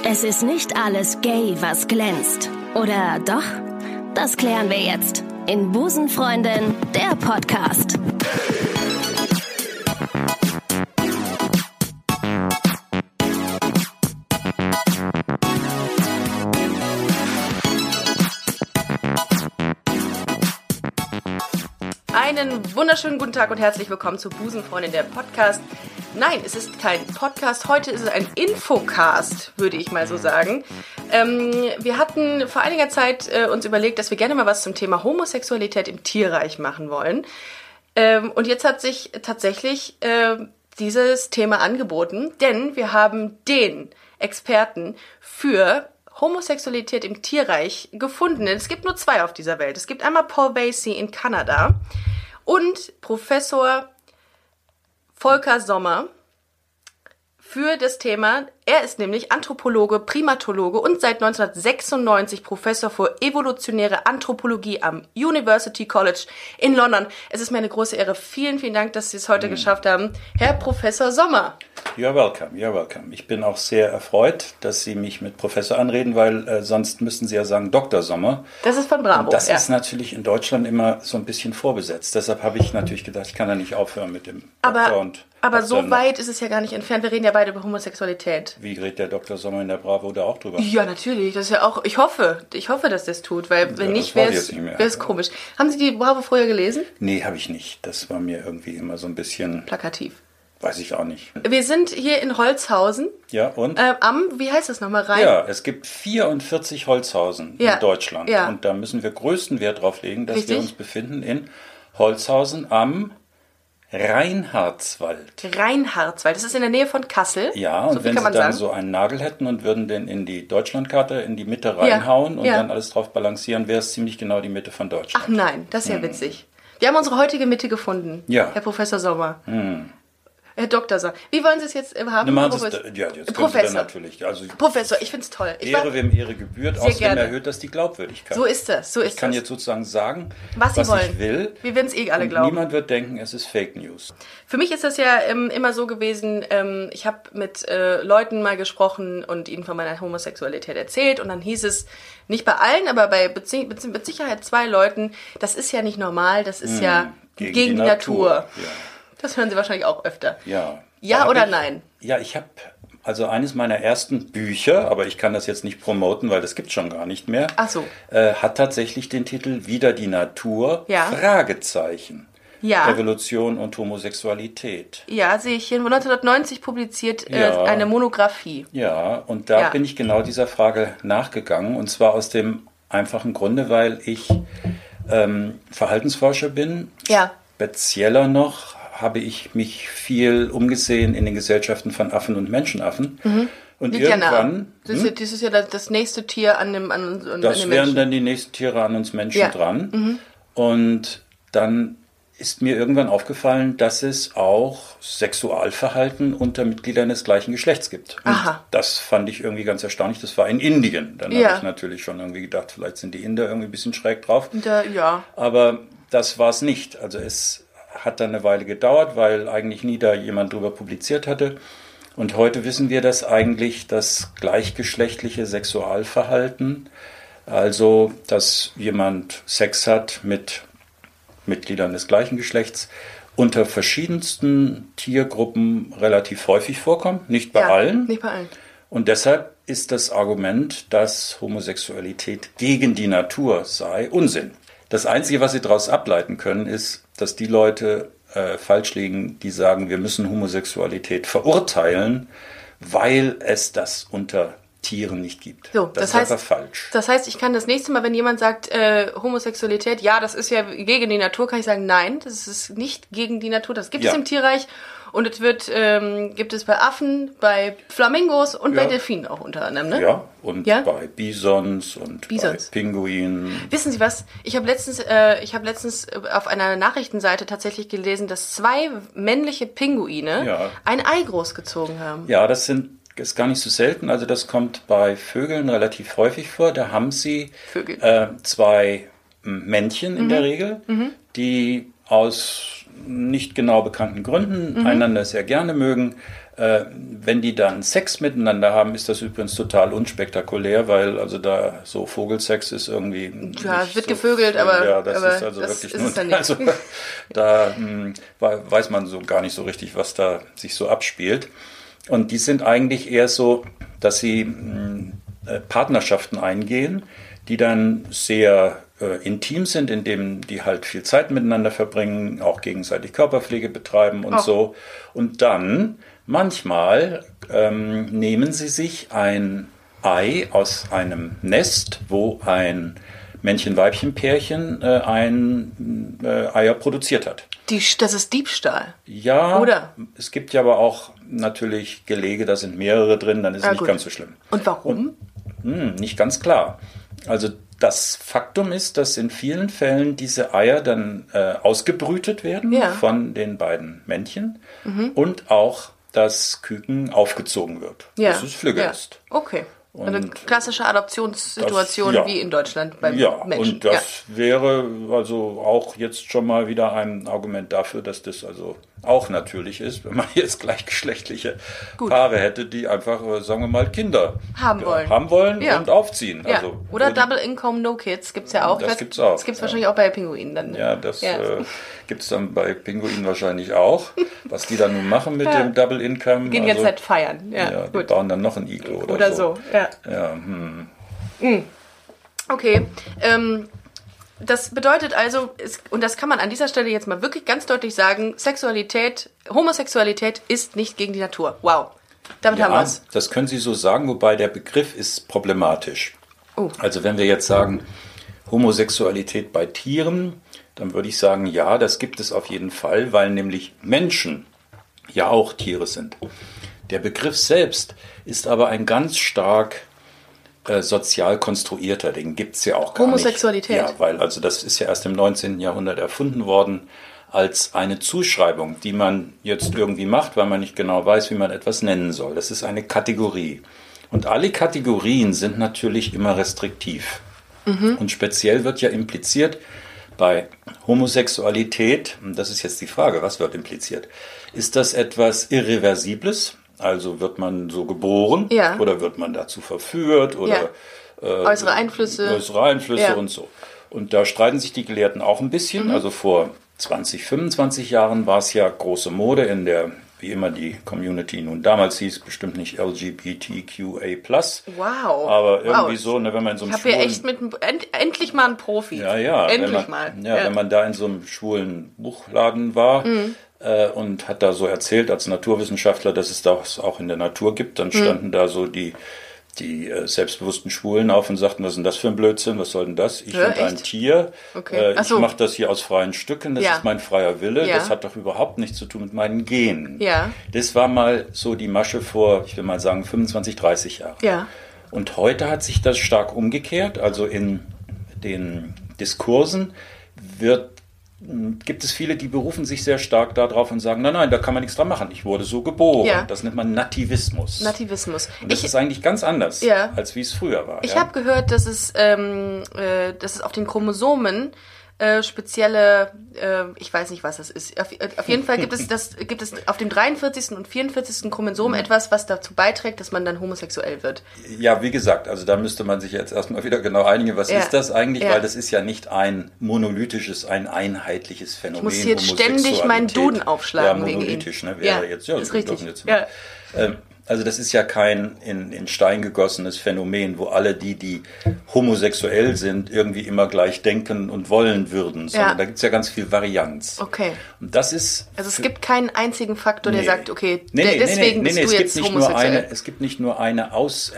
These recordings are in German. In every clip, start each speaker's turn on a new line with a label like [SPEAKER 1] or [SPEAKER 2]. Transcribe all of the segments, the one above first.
[SPEAKER 1] Es ist nicht alles gay, was glänzt. Oder doch? Das klären wir jetzt in Busenfreundin, der Podcast.
[SPEAKER 2] Einen wunderschönen guten Tag und herzlich willkommen zu Busenfreundin, der Podcast. Nein, es ist kein Podcast, heute ist es ein Infocast, würde ich mal so sagen. Wir hatten vor einiger Zeit uns überlegt, dass wir gerne mal was zum Thema Homosexualität im Tierreich machen wollen. Und jetzt hat sich tatsächlich dieses Thema angeboten, denn wir haben den Experten für Homosexualität im Tierreich gefunden. Es gibt nur zwei auf dieser Welt. Es gibt einmal Paul Vasey in Kanada und Professor Volker Sommer für das Thema. Er ist nämlich Anthropologe, Primatologe und seit 1996 Professor für evolutionäre Anthropologie am University College in London. Es ist mir eine große Ehre. Vielen, vielen Dank, dass Sie es heute geschafft haben. Herr Professor Sommer.
[SPEAKER 3] You're welcome, you're welcome. Ich bin auch sehr erfreut, dass Sie mich mit Professor anreden, weil sonst müssten Sie ja sagen Dr. Sommer.
[SPEAKER 2] Das ist von Bravo.
[SPEAKER 3] Und das ist natürlich in Deutschland immer so ein bisschen vorbesetzt. Deshalb habe ich natürlich gedacht, ich kann da nicht aufhören mit dem Doktor und
[SPEAKER 2] aber so weit ist es ja gar nicht entfernt. Wir reden ja beide über Homosexualität.
[SPEAKER 3] Wie redet der Dr. Sommer in der Bravo da auch drüber?
[SPEAKER 2] Ja, natürlich. Das ist ja auch. Ich hoffe, dass das tut, weil wenn nicht, wäre es komisch. Haben Sie die Bravo früher gelesen?
[SPEAKER 3] Nee, habe ich nicht. Das war mir irgendwie immer so ein bisschen
[SPEAKER 2] plakativ.
[SPEAKER 3] Weiß ich auch nicht.
[SPEAKER 2] Wir sind hier in Holzhausen.
[SPEAKER 3] Ja, und?
[SPEAKER 2] Wie heißt das nochmal, Rhein?
[SPEAKER 3] Ja, es gibt 44 Holzhausen in Deutschland. Ja. Und da müssen wir größten Wert drauf legen, dass wir uns befinden in Holzhausen am Reinhardswald.
[SPEAKER 2] Reinhardswald, das ist in der Nähe von Kassel.
[SPEAKER 3] Ja, und wenn Sie dann so einen Nagel hätten und würden den in die Deutschlandkarte in die Mitte reinhauen und dann alles drauf balancieren, wäre es ziemlich genau die Mitte von Deutschland.
[SPEAKER 2] Ach nein, das ist ja witzig. Wir haben unsere heutige Mitte gefunden, Herr Professor Sommer. Herr Dr. Sommer. Wie wollen Sie es jetzt haben?
[SPEAKER 3] Jetzt Professor. Natürlich. Also,
[SPEAKER 2] Professor, ich finde es toll.
[SPEAKER 3] Ehre, wem Ehre gebührt, außerdem erhöht das die Glaubwürdigkeit.
[SPEAKER 2] So ist das.
[SPEAKER 3] Ich kann jetzt sozusagen sagen,
[SPEAKER 2] was
[SPEAKER 3] ich will.
[SPEAKER 2] Wir werden es alle glauben.
[SPEAKER 3] Niemand wird denken, es ist Fake News.
[SPEAKER 2] Für mich ist das ja immer so gewesen, ich habe mit Leuten mal gesprochen und ihnen von meiner Homosexualität erzählt und dann hieß es, nicht bei allen, aber mit Sicherheit 2 Leuten, das ist ja nicht normal, das ist ja gegen die Natur.
[SPEAKER 3] Ja.
[SPEAKER 2] Das hören Sie wahrscheinlich auch öfter.
[SPEAKER 3] Ja.
[SPEAKER 2] Ja oder nein?
[SPEAKER 3] Ja, ich habe also eines meiner ersten Bücher, aber ich kann das jetzt nicht promoten, weil das gibt es schon gar nicht mehr.
[SPEAKER 2] Ach so.
[SPEAKER 3] Hat tatsächlich den Titel Wieder die Natur, Fragezeichen.
[SPEAKER 2] Ja.
[SPEAKER 3] Evolution und Homosexualität.
[SPEAKER 2] Ja, sehe ich hier. 1990 publiziert eine Monographie.
[SPEAKER 3] Ja, und da bin ich genau dieser Frage nachgegangen. Und zwar aus dem einfachen Grunde, weil ich Verhaltensforscher bin. Ja. Spezieller noch habe ich mich viel umgesehen in den Gesellschaften von Affen und Menschenaffen. Und
[SPEAKER 2] liegt
[SPEAKER 3] irgendwann...
[SPEAKER 2] Das ist ja das nächste Tier an den
[SPEAKER 3] Menschen.
[SPEAKER 2] Das
[SPEAKER 3] wären dann die nächsten Tiere an uns Menschen dran. Und dann ist mir irgendwann aufgefallen, dass es auch Sexualverhalten unter Mitgliedern des gleichen Geschlechts gibt. Und das fand ich irgendwie ganz erstaunlich. Das war in Indien. Dann habe ich natürlich schon irgendwie gedacht, vielleicht sind die Inder irgendwie ein bisschen schräg drauf. Aber das war es nicht. Also es hat dann eine Weile gedauert, weil eigentlich nie da jemand drüber publiziert hatte. Und heute wissen wir, dass eigentlich das gleichgeschlechtliche Sexualverhalten, also dass jemand Sex hat mit Mitgliedern des gleichen Geschlechts, unter verschiedensten Tiergruppen relativ häufig vorkommt. Nicht bei allen.
[SPEAKER 2] Nicht bei allen.
[SPEAKER 3] Und deshalb ist das Argument, dass Homosexualität gegen die Natur sei, Unsinn. Das Einzige, was Sie daraus ableiten können, ist, dass die Leute falsch liegen, die sagen, wir müssen Homosexualität verurteilen, weil es das unter Tieren nicht gibt.
[SPEAKER 2] So,
[SPEAKER 3] das ist aber falsch.
[SPEAKER 2] Das heißt, ich kann das nächste Mal, wenn jemand sagt, Homosexualität, ja, das ist ja gegen die Natur, kann ich sagen, nein, das ist nicht gegen die Natur, das gibt es im Tierreich. Und es gibt es bei Affen, bei Flamingos und bei Delfinen auch unter anderem, ne?
[SPEAKER 3] Ja, und bei Bisons und bei Pinguinen.
[SPEAKER 2] Wissen Sie was? Ich habe letztens auf einer Nachrichtenseite tatsächlich gelesen, dass 2 männliche Pinguine ein Ei großgezogen haben.
[SPEAKER 3] Ja, das ist gar nicht so selten. Also das kommt bei Vögeln relativ häufig vor. Da haben sie 2 Männchen in der Regel, die aus nicht genau bekannten Gründen einander sehr gerne mögen, Wenn die dann Sex miteinander haben, ist das übrigens total unspektakulär, weil also da so Vogelsex ist irgendwie...
[SPEAKER 2] Ja, es wird so gevögelt, aber...
[SPEAKER 3] Ja, das
[SPEAKER 2] aber
[SPEAKER 3] ist also
[SPEAKER 2] das
[SPEAKER 3] wirklich...
[SPEAKER 2] ist es dann nicht.
[SPEAKER 3] Also, da weiß man so gar nicht so richtig, was da sich so abspielt. Und die sind eigentlich eher so, dass sie Partnerschaften eingehen, die dann sehr intim sind, indem die halt viel Zeit miteinander verbringen, auch gegenseitig Körperpflege betreiben und so. Und dann manchmal nehmen sie sich ein Ei aus einem Nest, wo ein Männchen-Weibchen-Pärchen Eier produziert hat.
[SPEAKER 2] Das ist Diebstahl.
[SPEAKER 3] Ja,
[SPEAKER 2] oder?
[SPEAKER 3] Es gibt ja aber auch natürlich Gelege, da sind mehrere drin, dann ist es nicht ganz so schlimm.
[SPEAKER 2] Und warum?
[SPEAKER 3] Nicht ganz klar. Also das Faktum ist, dass in vielen Fällen diese Eier dann ausgebrütet werden von den beiden Männchen und auch das Küken aufgezogen wird, bis es flügge ist.
[SPEAKER 2] Okay. Eine klassische Adoptionssituation wie in Deutschland beim Menschen.
[SPEAKER 3] Und das wäre also auch jetzt schon mal wieder ein Argument dafür, dass das also auch natürlich ist, wenn man jetzt gleichgeschlechtliche Paare hätte, die einfach, sagen wir mal, Kinder haben wollen und aufziehen.
[SPEAKER 2] Ja.
[SPEAKER 3] Also,
[SPEAKER 2] oder Double Income, No Kids gibt es ja auch.
[SPEAKER 3] Das gibt es auch.
[SPEAKER 2] Das gibt es wahrscheinlich auch bei Pinguinen dann.
[SPEAKER 3] Ja, das gibt es dann bei Pinguinen wahrscheinlich auch. Was die dann nun machen mit dem Double Income.
[SPEAKER 2] Gehen jetzt halt feiern. Ja,
[SPEAKER 3] die bauen dann noch ein Iglo
[SPEAKER 2] oder so. Okay. Das bedeutet also, und das kann man an dieser Stelle jetzt mal wirklich ganz deutlich sagen, Homosexualität ist nicht gegen die Natur. Wow. Damit haben wir es.
[SPEAKER 3] Das können Sie so sagen, wobei der Begriff ist problematisch. Also wenn wir jetzt sagen, Homosexualität bei Tieren, dann würde ich sagen, ja, das gibt es auf jeden Fall, weil nämlich Menschen ja auch Tiere sind. Der Begriff selbst ist aber ein ganz stark sozial konstruierter, den gibt es ja auch gar nicht.
[SPEAKER 2] Homosexualität?
[SPEAKER 3] Ja, weil also das ist ja erst im 19. Jahrhundert erfunden worden als eine Zuschreibung, die man jetzt irgendwie macht, weil man nicht genau weiß, wie man etwas nennen soll. Das ist eine Kategorie. Und alle Kategorien sind natürlich immer restriktiv. Und speziell wird ja impliziert bei Homosexualität, und das ist jetzt die Frage, was wird impliziert? Ist das etwas Irreversibles? Also wird man so geboren oder wird man dazu verführt oder
[SPEAKER 2] äußere Einflüsse
[SPEAKER 3] und so. Und da streiten sich die Gelehrten auch ein bisschen. Also vor 20, 25 Jahren war es ja große Mode in der, wie immer die Community nun damals hieß, bestimmt nicht LGBTQA+.
[SPEAKER 2] Wow.
[SPEAKER 3] Aber irgendwie so, ne, wenn man in so einem
[SPEAKER 2] Ich habe ja echt endlich mal einen Profi.
[SPEAKER 3] Wenn man da in so einem schwulen Buchladen war, und hat da so erzählt als Naturwissenschaftler, dass es das auch in der Natur gibt. Dann standen da so die selbstbewussten Schwulen auf und sagten, was ist denn das für ein Blödsinn, was soll denn das? Ich bin ein Tier, ich mache das hier aus freien Stücken, das ist mein freier Wille, das hat doch überhaupt nichts zu tun mit meinen Genen. Ja. Das war mal so die Masche vor, ich will mal sagen, 25, 30 Jahren. Ja. Und heute hat sich das stark umgekehrt, also in den Diskursen gibt es viele, die berufen sich sehr stark darauf und sagen, nein, da kann man nichts dran machen. Ich wurde so geboren. Ja. Das nennt man Nativismus. Und das ist eigentlich ganz anders, als wie es früher war.
[SPEAKER 2] Ich habe gehört, dass es auf den Chromosomen spezielle, ich weiß nicht, was das ist. Auf jeden Fall gibt es auf dem 43. und 44. Chromosom etwas, was dazu beiträgt, dass man dann homosexuell wird.
[SPEAKER 3] Ja, wie gesagt, also da müsste man sich jetzt erstmal wieder genau einigen, was ist das eigentlich, weil das ist ja nicht ein monolithisches, ein einheitliches Phänomen.
[SPEAKER 2] Ich muss jetzt ständig meinen Duden aufschlagen.
[SPEAKER 3] Ja, monolithisch, ne, wäre jetzt, ist richtig. Also das ist ja kein in Stein gegossenes Phänomen, wo alle, die homosexuell sind, irgendwie immer gleich denken und wollen würden, sondern da gibt es ja ganz viel Varianz.
[SPEAKER 2] Okay.
[SPEAKER 3] Und das ist...
[SPEAKER 2] Also es gibt keinen einzigen Faktor, der sagt, okay, deswegen bist du jetzt homosexuell.
[SPEAKER 3] Es gibt nicht nur eine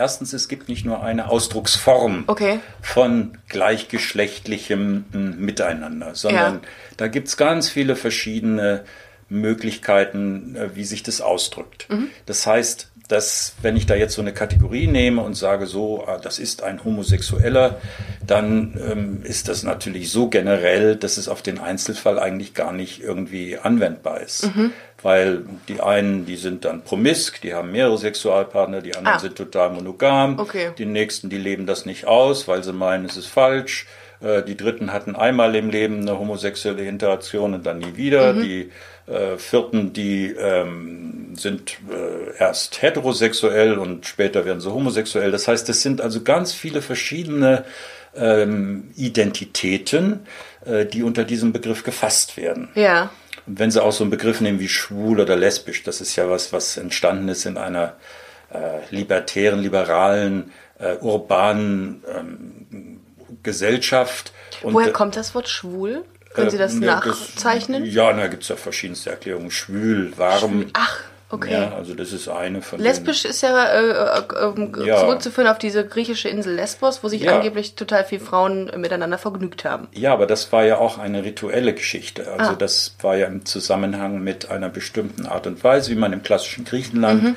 [SPEAKER 3] Ausdrucksform von gleichgeschlechtlichem Miteinander, sondern da gibt es ganz viele verschiedene Möglichkeiten, wie sich das ausdrückt. Das heißt, dass wenn ich da jetzt so eine Kategorie nehme und sage so, das ist ein Homosexueller, dann ist das natürlich so generell, dass es auf den Einzelfall eigentlich gar nicht irgendwie anwendbar ist. Weil die einen, die sind dann promisk, die haben mehrere Sexualpartner, die anderen sind total monogam.
[SPEAKER 2] Okay.
[SPEAKER 3] Die nächsten, die leben das nicht aus, weil sie meinen, es ist falsch. Die Dritten hatten einmal im Leben eine homosexuelle Interaktion und dann nie wieder. Die Vierten, die sind erst heterosexuell und später werden sie homosexuell. Das heißt, es sind also ganz viele verschiedene Identitäten, die unter diesem Begriff gefasst werden.
[SPEAKER 2] Ja.
[SPEAKER 3] Und wenn Sie auch so einen Begriff nehmen wie schwul oder lesbisch, das ist ja was entstanden ist in einer libertären, liberalen, urbanen Gesellschaft. Und
[SPEAKER 2] woher kommt das Wort schwul? Können Sie das nachzeichnen?
[SPEAKER 3] Da gibt es ja verschiedenste Erklärungen. Schwül, warm.
[SPEAKER 2] Ach, okay.
[SPEAKER 3] Ja, also das ist eine von
[SPEAKER 2] Lesbisch ist ja zurückzuführen auf diese griechische Insel Lesbos, wo sich angeblich total viele Frauen miteinander vergnügt haben.
[SPEAKER 3] Ja, aber das war ja auch eine rituelle Geschichte. Also das war ja im Zusammenhang mit einer bestimmten Art und Weise, wie man im klassischen Griechenland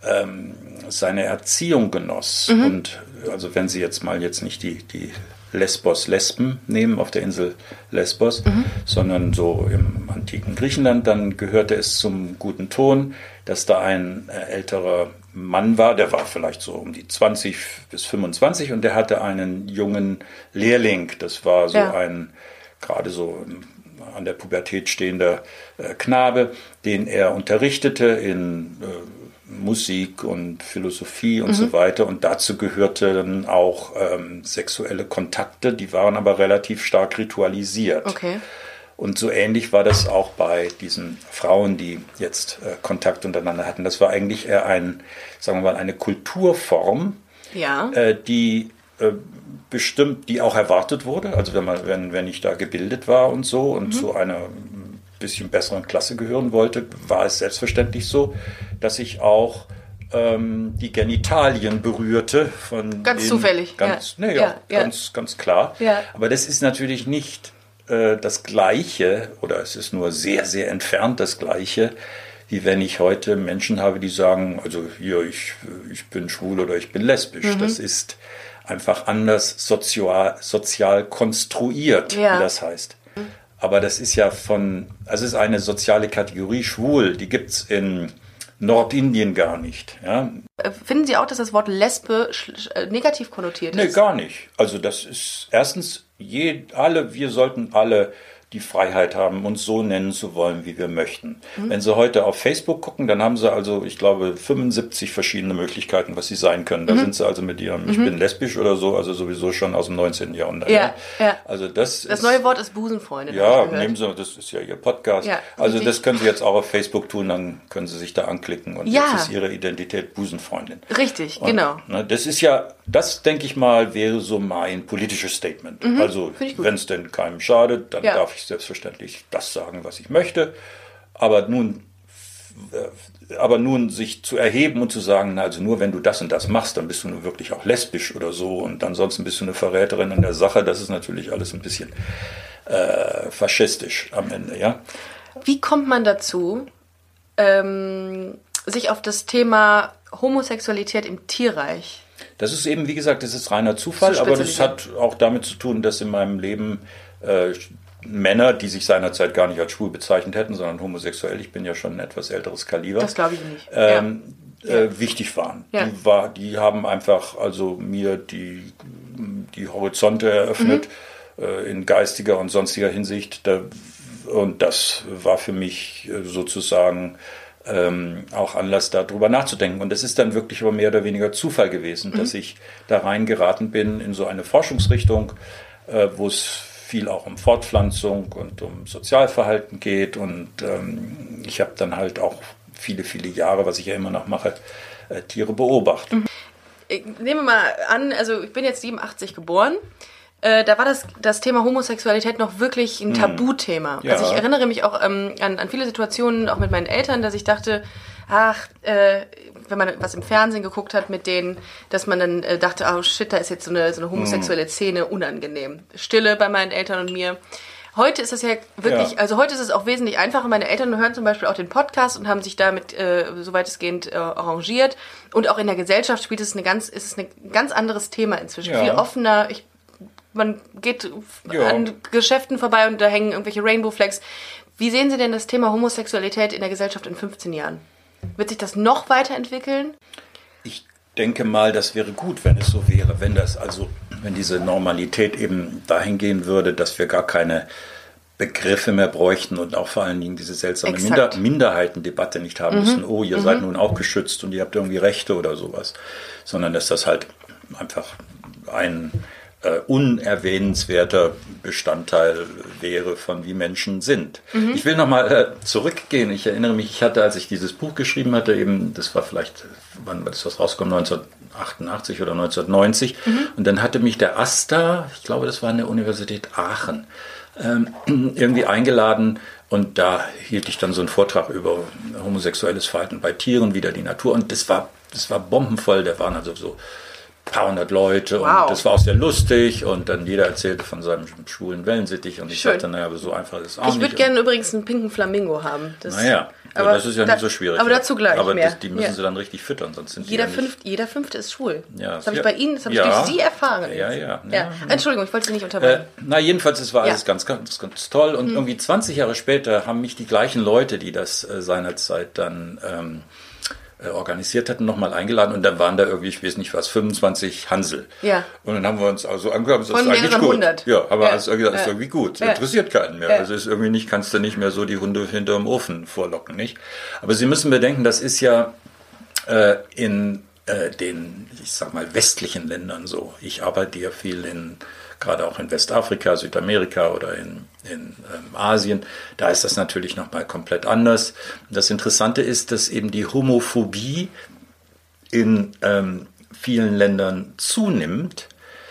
[SPEAKER 3] seine Erziehung genoss. Und also wenn Sie jetzt nicht die Lesbos-Lesben nehmen auf der Insel Lesbos, sondern so im antiken Griechenland, dann gehörte es zum guten Ton, dass da ein älterer Mann war, der war vielleicht so um die 20 bis 25 und der hatte einen jungen Lehrling, das war so ein gerade so an der Pubertät stehender Knabe, den er unterrichtete in Musik und Philosophie und so weiter. Und dazu gehörte dann auch sexuelle Kontakte, die waren aber relativ stark ritualisiert.
[SPEAKER 2] Okay.
[SPEAKER 3] Und so ähnlich war das auch bei diesen Frauen, die jetzt Kontakt untereinander hatten. Das war eigentlich eher eine Kulturform, die bestimmt, die auch erwartet wurde. Also wenn ich da gebildet war und so und zu einer bisschen besseren Klasse gehören wollte, war es selbstverständlich so, dass ich auch die Genitalien berührte.
[SPEAKER 2] Ganz zufällig.
[SPEAKER 3] Ganz klar.
[SPEAKER 2] Ja.
[SPEAKER 3] Aber das ist natürlich nicht das Gleiche, oder es ist nur sehr, sehr entfernt das Gleiche, wie wenn ich heute Menschen habe, die sagen, also hier, ich bin schwul oder ich bin lesbisch. Das ist einfach anders sozial konstruiert, wie das heißt. Aber das ist ja es ist eine soziale Kategorie schwul, die gibt's in Nordindien gar nicht. Ja?
[SPEAKER 2] Finden Sie auch, dass das Wort Lesbe negativ konnotiert ist?
[SPEAKER 3] Nee, gar nicht. Also das ist erstens, wir sollten alle die Freiheit haben, uns so nennen zu wollen, wie wir möchten. Wenn Sie heute auf Facebook gucken, dann haben Sie also, ich glaube, 75 verschiedene Möglichkeiten, was Sie sein können. Da sind Sie also mit Ihrem Ich bin lesbisch oder so, also sowieso schon aus dem 19. Jahrhundert.
[SPEAKER 2] Ja.
[SPEAKER 3] Also das
[SPEAKER 2] neue Wort ist Busenfreundin.
[SPEAKER 3] Ja, nehmen Sie, das ist ja Ihr Podcast. Ja, also das können Sie jetzt auch auf Facebook tun, dann können Sie sich da anklicken und jetzt ist Ihre Identität Busenfreundin.
[SPEAKER 2] Richtig, genau.
[SPEAKER 3] Das ist das denke ich mal, wäre so mein politisches Statement. Also wenn es denn keinem schadet, dann darf ich selbstverständlich das sagen, was ich möchte. Aber nun sich zu erheben und zu sagen, also nur wenn du das und das machst, dann bist du nur wirklich auch lesbisch oder so und ansonsten bist du eine Verräterin in der Sache, das ist natürlich alles ein bisschen faschistisch am Ende, ja.
[SPEAKER 2] Wie kommt man dazu, sich auf das Thema Homosexualität im Tierreich?
[SPEAKER 3] Das ist eben, wie gesagt, das ist reiner Zufall, aber das hat auch damit zu tun, dass in meinem Leben Männer, die sich seinerzeit gar nicht als schwul bezeichnet hätten, sondern homosexuell, ich bin ja schon ein etwas älteres Kaliber.
[SPEAKER 2] Das glaube ich nicht.
[SPEAKER 3] Wichtig waren.
[SPEAKER 2] Ja.
[SPEAKER 3] Die haben einfach also mir die Horizonte eröffnet in geistiger und sonstiger Hinsicht. Und das war für mich sozusagen auch Anlass, darüber nachzudenken. Und es ist dann wirklich aber mehr oder weniger Zufall gewesen, dass ich da reingeraten bin in so eine Forschungsrichtung, wo es viel auch um Fortpflanzung und um Sozialverhalten geht. Und ich habe dann halt auch viele, viele Jahre, was ich ja immer noch mache, Tiere beobachtet.
[SPEAKER 2] Nehmen wir mal an, also ich bin jetzt 87 geboren. Da war das Thema Homosexualität noch wirklich ein Tabuthema.
[SPEAKER 3] Ja.
[SPEAKER 2] Also ich erinnere mich auch an viele Situationen, auch mit meinen Eltern, dass ich dachte, wenn man was im Fernsehen geguckt hat mit denen, dass man dann dachte, oh shit, da ist jetzt so eine homosexuelle Szene unangenehm. Stille bei meinen Eltern und mir. Heute ist es ja wirklich, also heute ist es auch wesentlich einfacher. Meine Eltern hören zum Beispiel auch den Podcast und haben sich damit so weitestgehend arrangiert. Und auch in der Gesellschaft ist es ein ganz anderes Thema inzwischen. Viel offener. Ich man geht an Geschäften vorbei und da hängen irgendwelche Rainbow Flags. Wie sehen Sie denn das Thema Homosexualität in der Gesellschaft in 15 Jahren? Wird sich das noch weiterentwickeln?
[SPEAKER 3] Ich denke mal, das wäre gut, wenn es so wäre, wenn diese Normalität eben dahin gehen würde, dass wir gar keine Begriffe mehr bräuchten und auch vor allen Dingen diese seltsame Minderheitendebatte nicht haben müssen. Oh, ihr seid nun auch geschützt und ihr habt irgendwie Rechte oder sowas. Sondern dass das halt einfach ein unerwähnenswerter Bestandteil wäre von wie Menschen sind. Ich will nochmal zurückgehen. Ich erinnere mich, ich hatte, als ich dieses Buch geschrieben hatte, eben, das war vielleicht, wann ist das rausgekommen, 1988 oder 1990. Und dann hatte mich der AStA, ich glaube, das war an der Universität Aachen, irgendwie eingeladen. Und da hielt ich dann so einen Vortrag über homosexuelles Verhalten bei Tieren, wieder die Natur. Und das war bombenvoll. Da waren also so paar hundert Leute und das war auch sehr lustig und dann jeder erzählte von seinem schwulen Wellensittich und ich dachte, naja, aber so einfach ist es auch nicht.
[SPEAKER 2] Ich würde gerne übrigens einen pinken Flamingo haben.
[SPEAKER 3] Aber das ist ja nicht so schwierig.
[SPEAKER 2] Aber dazu gleich
[SPEAKER 3] aber
[SPEAKER 2] mehr.
[SPEAKER 3] Die müssen sie dann richtig füttern, sonst sind
[SPEAKER 2] jeder Fünfte ist schwul. Ja, das habe ich bei Ihnen, das habe ich durch Sie erfahren.
[SPEAKER 3] Ja.
[SPEAKER 2] Entschuldigung, ich wollte Sie nicht unterbrechen.
[SPEAKER 3] Jedenfalls, es war alles ganz toll und irgendwie 20 Jahre später haben mich die gleichen Leute, die das seinerzeit dann organisiert hatten, nochmal eingeladen und dann waren da irgendwie, ich weiß nicht was, 25 Hansel. Ja. Und dann haben wir uns also angehört, das ist eigentlich gut. 100. Ja, aber das ist irgendwie gut. Das interessiert keinen mehr. Also ist irgendwie nicht, kannst du nicht mehr so die Hunde hinterm Ofen vorlocken, nicht? Aber Sie müssen bedenken, das ist ja in den, ich sag mal, westlichen Ländern so. Ich arbeite ja viel gerade auch in Westafrika, Südamerika oder in Asien, da ist das natürlich nochmal komplett anders. Das Interessante ist, dass eben die Homophobie in vielen Ländern zunimmt,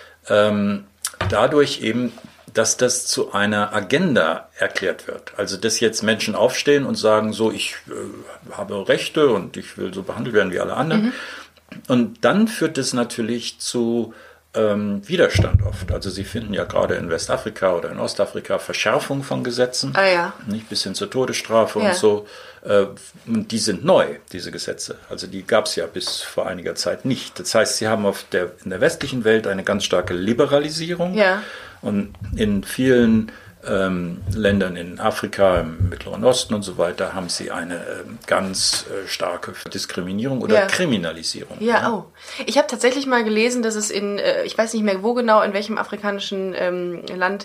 [SPEAKER 3] dadurch eben, dass das zu einer Agenda erklärt wird. Also dass jetzt Menschen aufstehen und sagen, so, ich habe Rechte und ich will so behandelt werden wie alle anderen. Und dann führt es natürlich zu Widerstand oft. Also Sie finden ja gerade in Westafrika oder in Ostafrika Verschärfung von Gesetzen, nicht bis hin zur Todesstrafe und so. Und die sind neu, diese Gesetze. Also die gab es ja bis vor einiger Zeit nicht. Das heißt, Sie haben in der westlichen Welt eine ganz starke Liberalisierung und in vielen Ländern in Afrika, im Mittleren Osten und so weiter, haben sie eine ganz starke Diskriminierung oder Kriminalisierung.
[SPEAKER 2] Ich habe tatsächlich mal gelesen, dass es ich weiß nicht mehr wo genau, in welchem afrikanischen Land,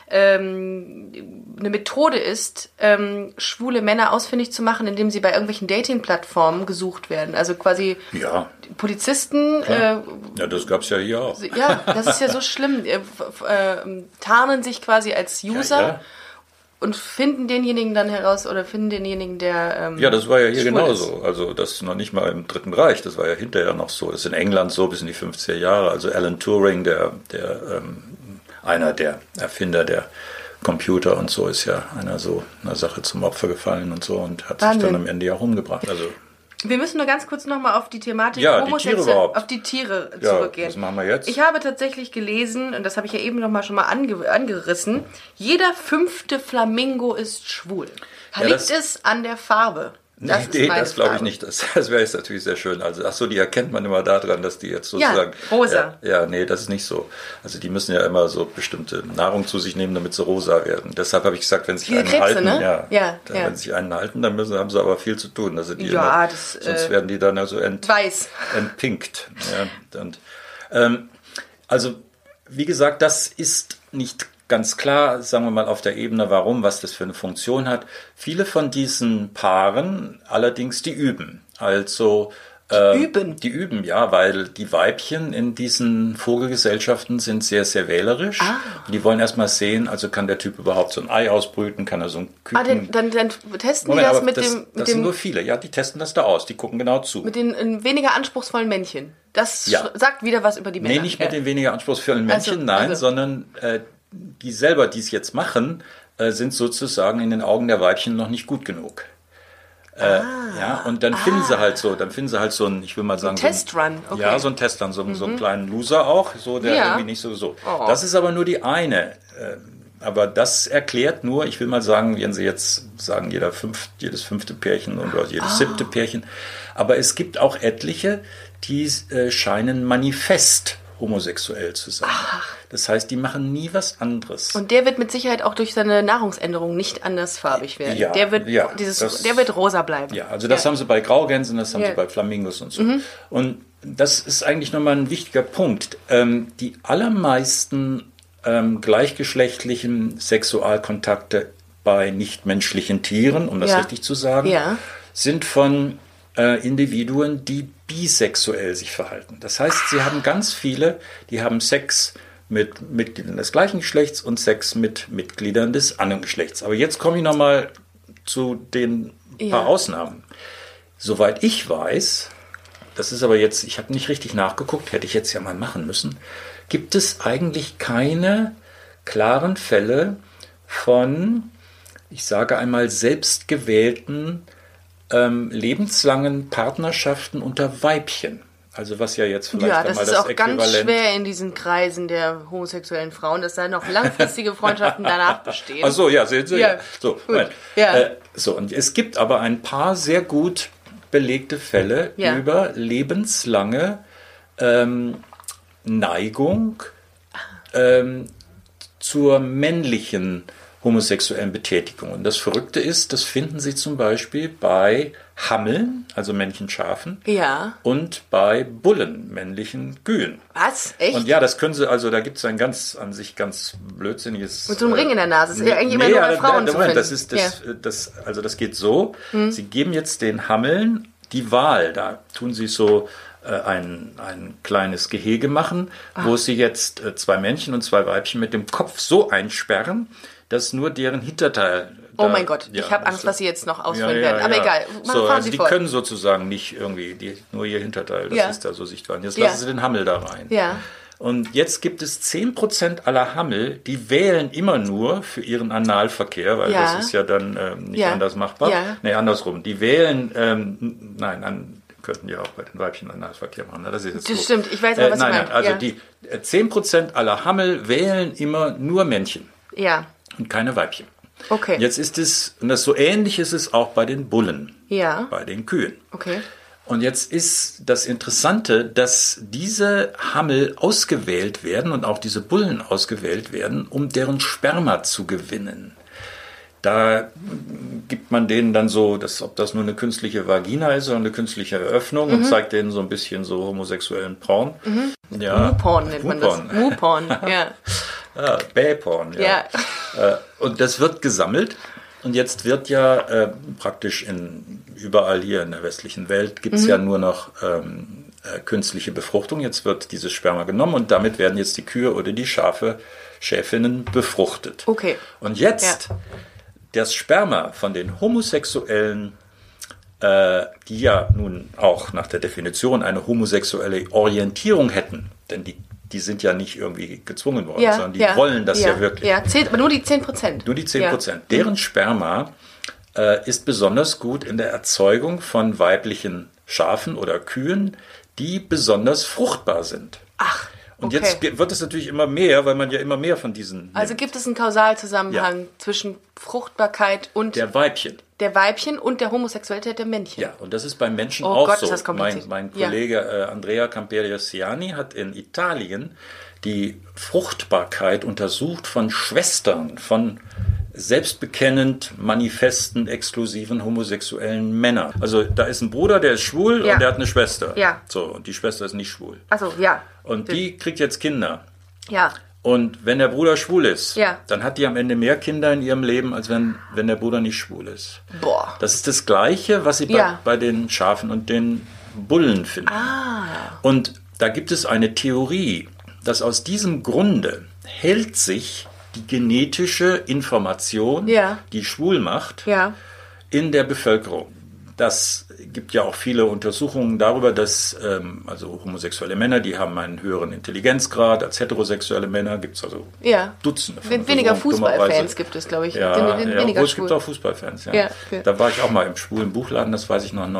[SPEAKER 2] eine Methode ist, schwule Männer ausfindig zu machen, indem sie bei irgendwelchen Dating-Plattformen gesucht werden. Also quasi Polizisten.
[SPEAKER 3] Das gab es ja hier auch.
[SPEAKER 2] Ja, das ist ja so schlimm. Tarnen sich quasi als User und finden denjenigen dann heraus oder finden denjenigen, der
[SPEAKER 3] das war ja hier genauso. Also das noch nicht mal im Dritten Reich, das war ja hinterher noch so. Das ist in England so bis in die 50er Jahre. Also Alan Turing, einer der Erfinder der Computer und so, ist ja einer Sache zum Opfer gefallen und so und hat sich dann am Ende ja auch umgebracht. Also
[SPEAKER 2] wir müssen nur ganz kurz nochmal auf die Thematik
[SPEAKER 3] auf
[SPEAKER 2] die Tiere zurückgehen.
[SPEAKER 3] Was machen wir jetzt?
[SPEAKER 2] Ich habe tatsächlich gelesen, und das habe ich ja eben schon mal angerissen, jeder 5. Flamingo ist schwul. Liegt es an der Farbe?
[SPEAKER 3] Das glaube ich nicht. Das wäre jetzt natürlich sehr schön. Also, die erkennt man immer daran, dass die jetzt sozusagen...
[SPEAKER 2] rosa.
[SPEAKER 3] Das ist nicht so. Also die müssen ja immer so bestimmte Nahrung zu sich nehmen, damit sie rosa werden. Deshalb habe ich gesagt, wenn sich einen halten, wenn sich einen halten, dann haben sie aber viel zu tun. Also sonst werden die dann also entpinkt. Also wie gesagt, das ist nicht ganz klar, sagen wir mal auf der Ebene, was das für eine Funktion hat. Viele von diesen Paaren allerdings, die üben. Also Die üben, ja, weil die Weibchen in diesen Vogelgesellschaften sind sehr, sehr wählerisch. Und die wollen erstmal sehen, also kann der Typ überhaupt so ein Ei ausbrüten, kann er so ein Küken...
[SPEAKER 2] Dann testen die das mit dem...
[SPEAKER 3] Das sind nur viele, die testen das da aus, die gucken genau zu.
[SPEAKER 2] Mit den weniger anspruchsvollen Männchen. Das sagt wieder was über die Männer.
[SPEAKER 3] Nee, nicht mit den weniger anspruchsvollen Männchen, sondern die selber, die es jetzt machen, sind sozusagen in den Augen der Weibchen noch nicht gut genug. Und dann finden sie halt so einen, ich will mal sagen,
[SPEAKER 2] so ein Testrun. Okay.
[SPEAKER 3] Ja, so ein Testrun, so einen kleinen Loser auch, so der irgendwie nicht so. Oh. Das ist aber nur die eine. Aber das erklärt nur, ich will mal sagen, wenn Sie jetzt sagen, jedes 5. Pärchen oder jedes 7. Pärchen, aber es gibt auch etliche, die scheinen manifest homosexuell zu sein. Das heißt, die machen nie was anderes.
[SPEAKER 2] Und der wird mit Sicherheit auch durch seine Nahrungsänderung nicht andersfarbig werden.
[SPEAKER 3] Ja,
[SPEAKER 2] der wird der wird rosa bleiben.
[SPEAKER 3] Ja, also das haben sie bei Graugänsen, das haben sie bei Flamingos und so. Und das ist eigentlich nochmal ein wichtiger Punkt. Die allermeisten gleichgeschlechtlichen Sexualkontakte bei nichtmenschlichen Tieren, um das richtig zu sagen, sind von Individuen, die bisexuell sich verhalten. Das heißt, sie haben ganz viele, die haben Sex mit Mitgliedern des gleichen Geschlechts und Sex mit Mitgliedern des anderen Geschlechts. Aber jetzt komme ich nochmal zu den paar Ausnahmen. Soweit ich weiß, das ist aber jetzt, ich habe nicht richtig nachgeguckt, hätte ich jetzt ja mal machen müssen, gibt es eigentlich keine klaren Fälle von, ich sage einmal, selbstgewählten lebenslangen Partnerschaften unter Weibchen. Also was ja jetzt vielleicht einmal das Äquivalent... Ja, das ist auch ganz
[SPEAKER 2] schwer in diesen Kreisen der homosexuellen Frauen, dass da noch langfristige Freundschaften danach bestehen.
[SPEAKER 3] Ach so, ja, sehen Sie. Ja. So, so, und es gibt aber ein paar sehr gut belegte Fälle über lebenslange Neigung zur männlichen homosexuellen Betätigung. Und das Verrückte ist, das finden Sie zum Beispiel bei Hammeln, also männlichen Schafen, und bei Bullen, männlichen Kühen.
[SPEAKER 2] Was? Echt?
[SPEAKER 3] Und ja, das können Sie, also da gibt es ein ganz blödsinniges...
[SPEAKER 2] Mit so einem Ring in der Nase, das ist ja eigentlich immer nur bei Frauen zu finden.
[SPEAKER 3] Das geht so, Sie geben jetzt den Hammeln die Wahl, da tun Sie so ein kleines Gehege machen, wo Sie jetzt 2 Männchen und 2 Weibchen mit dem Kopf so einsperren, dass nur deren Hinterteil...
[SPEAKER 2] Oh mein Gott, ich habe Angst, was Sie jetzt noch ausführen werden. Aber egal,
[SPEAKER 3] fahren Sie fort. Die können sozusagen nicht irgendwie, nur ihr Hinterteil, das ist da so sichtbar. Jetzt lassen Sie den Hammel da rein.
[SPEAKER 2] Ja.
[SPEAKER 3] Und jetzt gibt es 10% aller Hammel, die wählen immer nur für ihren Analverkehr, weil das ist ja dann nicht anders machbar. Ja. Nee, andersrum. Die wählen, könnten ja auch bei den Weibchen Analverkehr machen. Das ist jetzt
[SPEAKER 2] das stimmt, ich weiß aber, was Sie meinen.
[SPEAKER 3] Also die 10% aller Hammel wählen immer nur Männchen.
[SPEAKER 2] Ja.
[SPEAKER 3] Und keine Weibchen.
[SPEAKER 2] Okay.
[SPEAKER 3] Jetzt ist es, und das so ähnlich ist es auch bei den Bullen.
[SPEAKER 2] Ja.
[SPEAKER 3] Bei den Kühen.
[SPEAKER 2] Okay.
[SPEAKER 3] Und jetzt ist das Interessante, dass diese Hammel ausgewählt werden und auch diese Bullen ausgewählt werden, um deren Sperma zu gewinnen. Da gibt man denen dann so, ob das nur eine künstliche Vagina ist oder eine künstliche Öffnung und zeigt denen so ein bisschen so homosexuellen Porn. Ja.
[SPEAKER 2] Mu-Porn nennt man das. Mu-Porn, ja.
[SPEAKER 3] Bäh-Porn, ja. Und das wird gesammelt. Und jetzt wird ja praktisch überall hier in der westlichen Welt gibt es ja nur noch künstliche Befruchtung. Jetzt wird dieses Sperma genommen und damit werden jetzt die Kühe oder die Schäfinnen befruchtet.
[SPEAKER 2] Okay.
[SPEAKER 3] Und jetzt das Sperma von den Homosexuellen, die ja nun auch nach der Definition eine homosexuelle Orientierung hätten, denn die sind ja nicht irgendwie gezwungen worden, sondern die wollen das ja wirklich.
[SPEAKER 2] Ja, aber nur die 10%.
[SPEAKER 3] Nur die 10%. Ja. Deren Sperma ist besonders gut in der Erzeugung von weiblichen Schafen oder Kühen, die besonders fruchtbar sind.
[SPEAKER 2] Ach,
[SPEAKER 3] und jetzt wird es natürlich immer mehr, weil man ja immer mehr von diesen
[SPEAKER 2] Also nimmt. Gibt es einen Kausalzusammenhang zwischen Fruchtbarkeit und
[SPEAKER 3] der Weibchen
[SPEAKER 2] und der Homosexualität der Männchen.
[SPEAKER 3] Ja, und das ist beim Menschen auch
[SPEAKER 2] Gott,
[SPEAKER 3] so.
[SPEAKER 2] Ist das kompliziert.
[SPEAKER 3] Mein Kollege Andrea Camperio-Siani hat in Italien die Fruchtbarkeit untersucht von Schwestern, von selbstbekennend, manifesten, exklusiven homosexuellen Männern. Also da ist ein Bruder, der ist schwul und der hat eine Schwester.
[SPEAKER 2] Ja.
[SPEAKER 3] So, und die Schwester ist nicht schwul.
[SPEAKER 2] Ach so, ja.
[SPEAKER 3] Und die kriegt jetzt Kinder.
[SPEAKER 2] Ja.
[SPEAKER 3] Und wenn der Bruder schwul ist, dann hat die am Ende mehr Kinder in ihrem Leben, als wenn der Bruder nicht schwul ist.
[SPEAKER 2] Boah.
[SPEAKER 3] Das ist das Gleiche, was sie bei den Schafen und den Bullen finden.
[SPEAKER 2] Ah.
[SPEAKER 3] Und da gibt es eine Theorie, dass aus diesem Grunde hält sich die genetische Information, die schwul macht, in der Bevölkerung. Das gibt ja auch viele Untersuchungen darüber, dass also homosexuelle Männer, die haben einen höheren Intelligenzgrad als heterosexuelle Männer. Gibt es also Dutzende von
[SPEAKER 2] weniger Fußballfans gibt es, glaube ich.
[SPEAKER 3] Weniger es gibt auch Fußballfans. Ja. Da war ich auch mal im schwulen Buchladen, das weiß ich noch,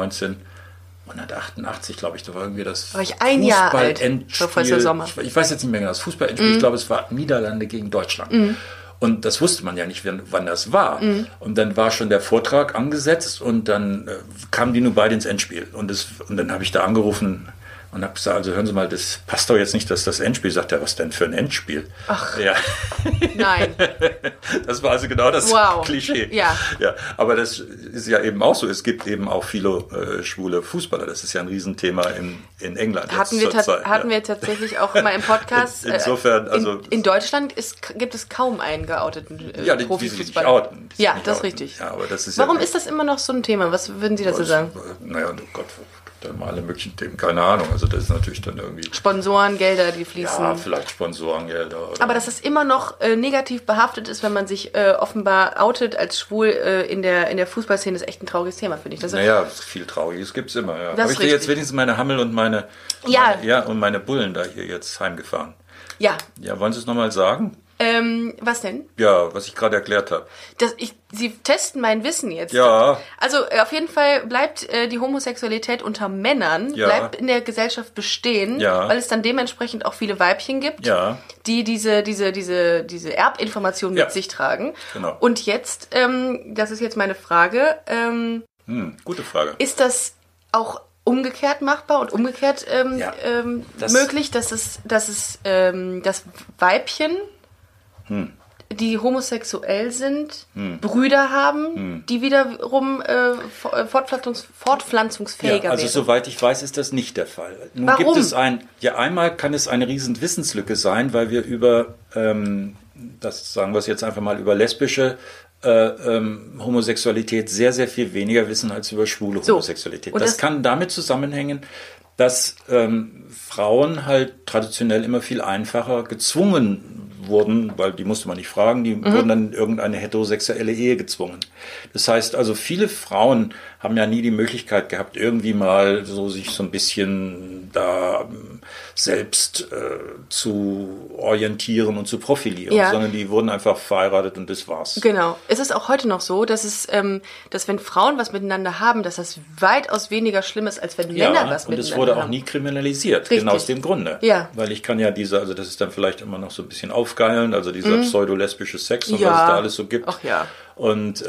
[SPEAKER 3] 1988, glaube ich, da war irgendwie das
[SPEAKER 2] war ich ein Jahr alt, Professor Sommer.
[SPEAKER 3] Ich weiß jetzt nicht mehr genau, das Fußballendspiel, ich glaube, es war Niederlande gegen Deutschland. Und das wusste man ja nicht, wann das war. Und dann war schon der Vortrag angesetzt und dann kamen die nur beide ins Endspiel. Und dann habe ich da angerufen Und habe gesagt, also hören Sie mal, das passt doch jetzt nicht, dass das Endspiel. Sagt er, was denn für ein Endspiel?
[SPEAKER 2] Ach,
[SPEAKER 3] ja.
[SPEAKER 2] Nein.
[SPEAKER 3] Das war also genau das Klischee.
[SPEAKER 2] Ja.
[SPEAKER 3] Ja. Aber das ist ja eben auch so. Es gibt eben auch viele schwule Fußballer. Das ist ja ein Riesenthema in England.
[SPEAKER 2] Hatten wir tatsächlich auch mal im Podcast.
[SPEAKER 3] Insofern, also...
[SPEAKER 2] In Deutschland gibt es kaum einen geouteten Profifußballer.
[SPEAKER 3] Die sich nicht outen.
[SPEAKER 2] Ja, das ist richtig.
[SPEAKER 3] Ja, aber das ist
[SPEAKER 2] Warum ist das immer noch so ein Thema? Was würden Sie dazu sagen?
[SPEAKER 3] Naja, oh Gott, dann mal alle möglichen Themen, keine Ahnung. Also das ist natürlich dann irgendwie...
[SPEAKER 2] Sponsorengelder, die fließen.
[SPEAKER 3] Ja, vielleicht Sponsorengelder.
[SPEAKER 2] Aber dass das immer noch negativ behaftet ist, wenn man sich offenbar outet als schwul in der Fußballszene, ist echt ein trauriges Thema, finde ich.
[SPEAKER 3] Naja, viel Trauriges gibt es immer. Ja. Habe ich dir jetzt wenigstens meine Hammel und meine Bullen da hier jetzt heimgefahren?
[SPEAKER 2] Ja.
[SPEAKER 3] Ja, wollen Sie es nochmal sagen?
[SPEAKER 2] Was denn?
[SPEAKER 3] Ja, was ich gerade erklärt habe.
[SPEAKER 2] Sie testen mein Wissen jetzt.
[SPEAKER 3] Ja.
[SPEAKER 2] Also auf jeden Fall bleibt die Homosexualität unter Männern, bleibt in der Gesellschaft bestehen, weil es dann dementsprechend auch viele Weibchen gibt, die diese Erbinformation mit sich tragen. Genau. Und jetzt, das ist jetzt meine Frage.
[SPEAKER 3] Gute Frage.
[SPEAKER 2] Ist das auch umgekehrt machbar und umgekehrt möglich, dass Weibchen, die homosexuell sind, Brüder haben, die wiederum fortpflanzungsfähiger
[SPEAKER 3] wären? Also soweit ich weiß, ist das nicht der Fall. Nun
[SPEAKER 2] Warum?
[SPEAKER 3] Gibt es einmal kann es eine riesen Wissenslücke sein, weil wir über, das sagen wir es jetzt einfach mal, über lesbische Homosexualität sehr, sehr viel weniger wissen als über schwule Homosexualität. Das kann damit zusammenhängen, dass Frauen halt traditionell immer viel einfacher gezwungen wurden, weil die musste man nicht fragen, die wurden dann in irgendeine heterosexuelle Ehe gezwungen. Das heißt also, viele Frauen haben ja nie die Möglichkeit gehabt, irgendwie mal so sich so ein bisschen da selbst zu orientieren und zu profilieren, sondern die wurden einfach verheiratet und das war's.
[SPEAKER 2] Genau. Es ist auch heute noch so, dass dass wenn Frauen was miteinander haben, dass das weitaus weniger schlimm ist, als wenn Männer was miteinander haben.
[SPEAKER 3] Und es wurde auch nie kriminalisiert,
[SPEAKER 2] Richtig.
[SPEAKER 3] genau aus dem Grunde.
[SPEAKER 2] Ja.
[SPEAKER 3] Weil ich kann ja also das ist dann vielleicht immer noch so ein bisschen aufgeilen, also dieser pseudo-lesbische Sex und was es da alles so gibt.
[SPEAKER 2] Ach ja.
[SPEAKER 3] Und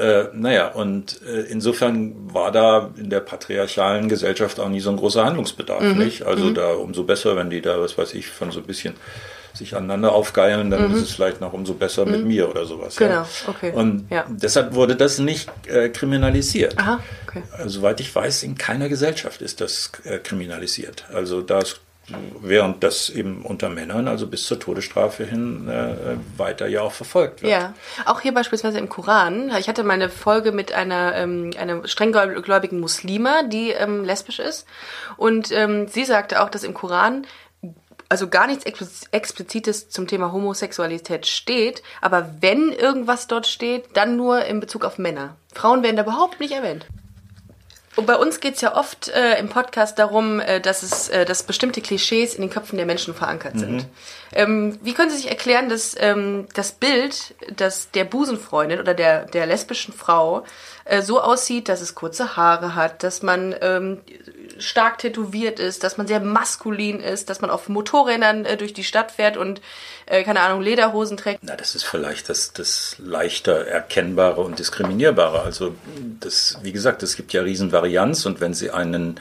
[SPEAKER 3] insofern war da in der patriarchalen Gesellschaft auch nie so ein großer Handlungsbedarf, nicht? Also da umso besser, wenn die da, was weiß ich, von so ein bisschen sich aneinander aufgeilen, dann ist es vielleicht noch umso besser mit mir oder sowas.
[SPEAKER 2] Genau, okay.
[SPEAKER 3] Und deshalb wurde das nicht kriminalisiert.
[SPEAKER 2] Aha, okay.
[SPEAKER 3] Soweit ich weiß, in keiner Gesellschaft ist das kriminalisiert. Also während das eben unter Männern, also bis zur Todesstrafe hin, weiter ja auch verfolgt wird.
[SPEAKER 2] Ja, auch hier beispielsweise im Koran. Ich hatte meine Folge mit einer strenggläubigen Muslima, die lesbisch ist. Und sie sagte auch, dass im Koran also gar nichts Explizites zum Thema Homosexualität steht, aber wenn irgendwas dort steht, dann nur in Bezug auf Männer. Frauen werden da überhaupt nicht erwähnt. Und bei uns geht es ja oft im Podcast darum, dass bestimmte Klischees in den Köpfen der Menschen verankert sind. Wie können Sie sich erklären, dass das Bild der Busenfreundin oder der lesbischen Frau so aussieht, dass es kurze Haare hat, dass man stark tätowiert ist, dass man sehr maskulin ist, dass man auf Motorrädern durch die Stadt fährt und, keine Ahnung, Lederhosen trägt?
[SPEAKER 3] Na, das ist vielleicht das leichter Erkennbare und Diskriminierbare. Also wie gesagt, es gibt ja Riesenvarianz und wenn Sie einen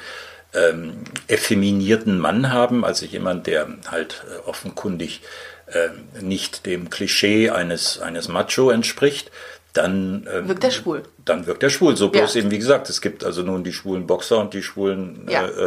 [SPEAKER 3] effeminierten Mann haben, also jemand, der halt offenkundig nicht dem Klischee eines Macho entspricht, dann
[SPEAKER 2] wirkt er schwul.
[SPEAKER 3] Dann wirkt er schwul. So bloß eben, wie gesagt, es gibt also nun die schwulen Boxer und die schwulen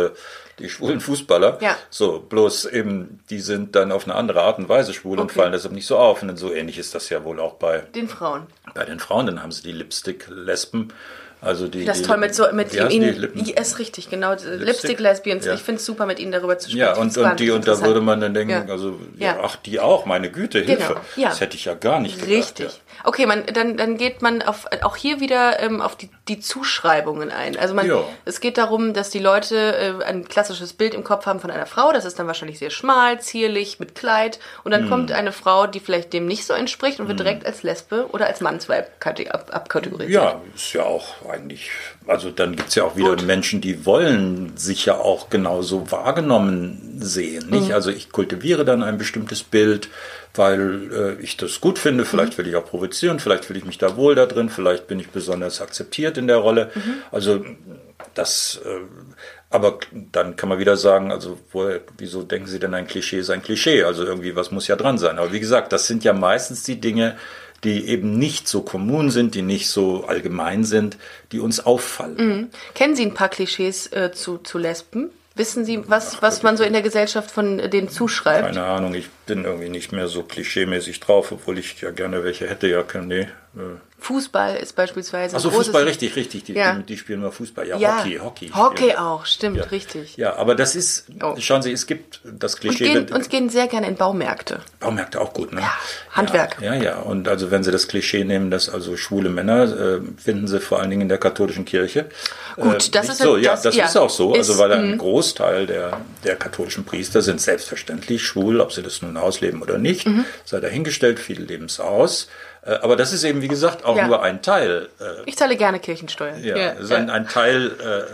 [SPEAKER 3] Fußballer. Ja. So, bloß eben, die sind dann auf eine andere Art und Weise schwul und fallen deshalb nicht so auf. Und so ähnlich ist das ja wohl auch bei
[SPEAKER 2] den Frauen.
[SPEAKER 3] Bei den Frauen, dann haben sie die Lipstick-Lesben. Also
[SPEAKER 2] das ist toll mit ihnen. Ist richtig, genau. Lipstick-Lesbians. Ja. Ich finde es super, mit ihnen darüber zu sprechen.
[SPEAKER 3] Ja, und da würde man dann denken, ach, die auch, meine Güte, Hilfe.
[SPEAKER 2] Ja.
[SPEAKER 3] Das hätte ich ja gar nicht gedacht.
[SPEAKER 2] Richtig. Ja. Okay, dann geht man auch hier wieder auf die Zuschreibungen ein. Also es geht darum, dass die Leute ein klassisches Bild im Kopf haben von einer Frau. Das ist dann wahrscheinlich sehr schmal, zierlich, mit Kleid. Und dann kommt eine Frau, die vielleicht dem nicht so entspricht und wird direkt als Lesbe oder als Mannsweib abkategorisiert.
[SPEAKER 3] Ja, ist ja auch eigentlich, also dann gibt es ja auch wieder Menschen, die wollen sich ja auch genauso wahrgenommen sehen, nicht? Also ich kultiviere dann ein bestimmtes Bild, weil ich das gut finde, vielleicht will ich auch provozieren, vielleicht fühle ich mich da wohl da drin, vielleicht bin ich besonders akzeptiert in der Rolle. Also das, aber dann kann man wieder sagen, also wieso denken Sie denn, ein Klischee ist ein Klischee? Also irgendwie was muss ja dran sein. Aber wie gesagt, das sind ja meistens die Dinge, die eben nicht so kommun sind, die nicht so allgemein sind, die uns auffallen.
[SPEAKER 2] Kennen Sie ein paar Klischees zu Lesben? Wissen Sie, was man so in der Gesellschaft von denen zuschreibt?
[SPEAKER 3] Keine Ahnung, ich bin irgendwie nicht mehr so klischeemäßig drauf, obwohl ich ja gerne welche hätte. Ja, nee.
[SPEAKER 2] Fußball ist beispielsweise
[SPEAKER 3] Also Fußball, richtig. Die spielen nur Fußball. Ja, Hockey.
[SPEAKER 2] Hockey auch, stimmt,
[SPEAKER 3] ja.
[SPEAKER 2] Richtig.
[SPEAKER 3] Ja, aber das ist, schauen Sie, es gibt das Klischee.
[SPEAKER 2] Und gehen sehr gerne in Baumärkte.
[SPEAKER 3] Baumärkte auch gut, ne?
[SPEAKER 2] Ja, Handwerk.
[SPEAKER 3] Ja. Und also wenn Sie das Klischee nehmen, dass also schwule Männer finden Sie vor allen Dingen in der katholischen Kirche.
[SPEAKER 2] Gut, das ist
[SPEAKER 3] so. Ja, das ist auch so. Also weil ein Großteil der katholischen Priester sind selbstverständlich schwul, ob sie das nun ausleben oder nicht, sei dahingestellt, viele leben es aus. Aber das ist eben, wie gesagt, auch nur ein Teil.
[SPEAKER 2] Ich zahle gerne Kirchensteuern.
[SPEAKER 3] Das ist ein Teil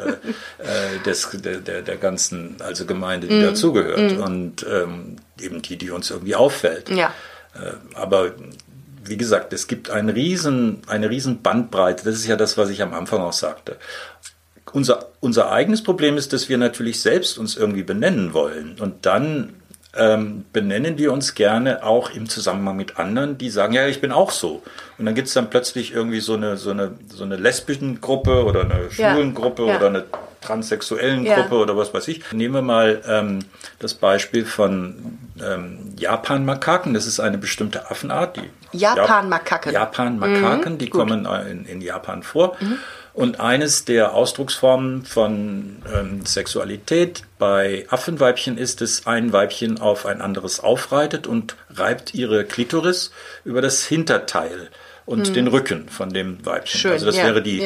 [SPEAKER 3] der ganzen Gemeinde, die dazugehört. Und eben die uns irgendwie auffällt.
[SPEAKER 2] Ja.
[SPEAKER 3] Aber wie gesagt, es gibt eine riesen Bandbreite. Das ist ja das, was ich am Anfang auch sagte. Unser eigenes Problem ist, dass wir natürlich selbst uns irgendwie benennen wollen. Und dann benennen wir uns gerne auch im Zusammenhang mit anderen, die sagen, ja, ich bin auch so. Und dann gibt es dann plötzlich irgendwie so eine lesbischen Gruppe oder eine schwulen Gruppe oder eine transsexuellen Gruppe oder was weiß ich. Nehmen wir mal das Beispiel von Japan-Makaken. Das ist eine bestimmte Affenart. Japan-Makaken, die kommen in Japan vor. Und eines der Ausdrucksformen von Sexualität bei Affenweibchen ist es, ein Weibchen auf ein anderes aufreitet und reibt ihre Klitoris über das Hinterteil und den Rücken von dem Weibchen.
[SPEAKER 2] Schön,
[SPEAKER 3] also das wäre die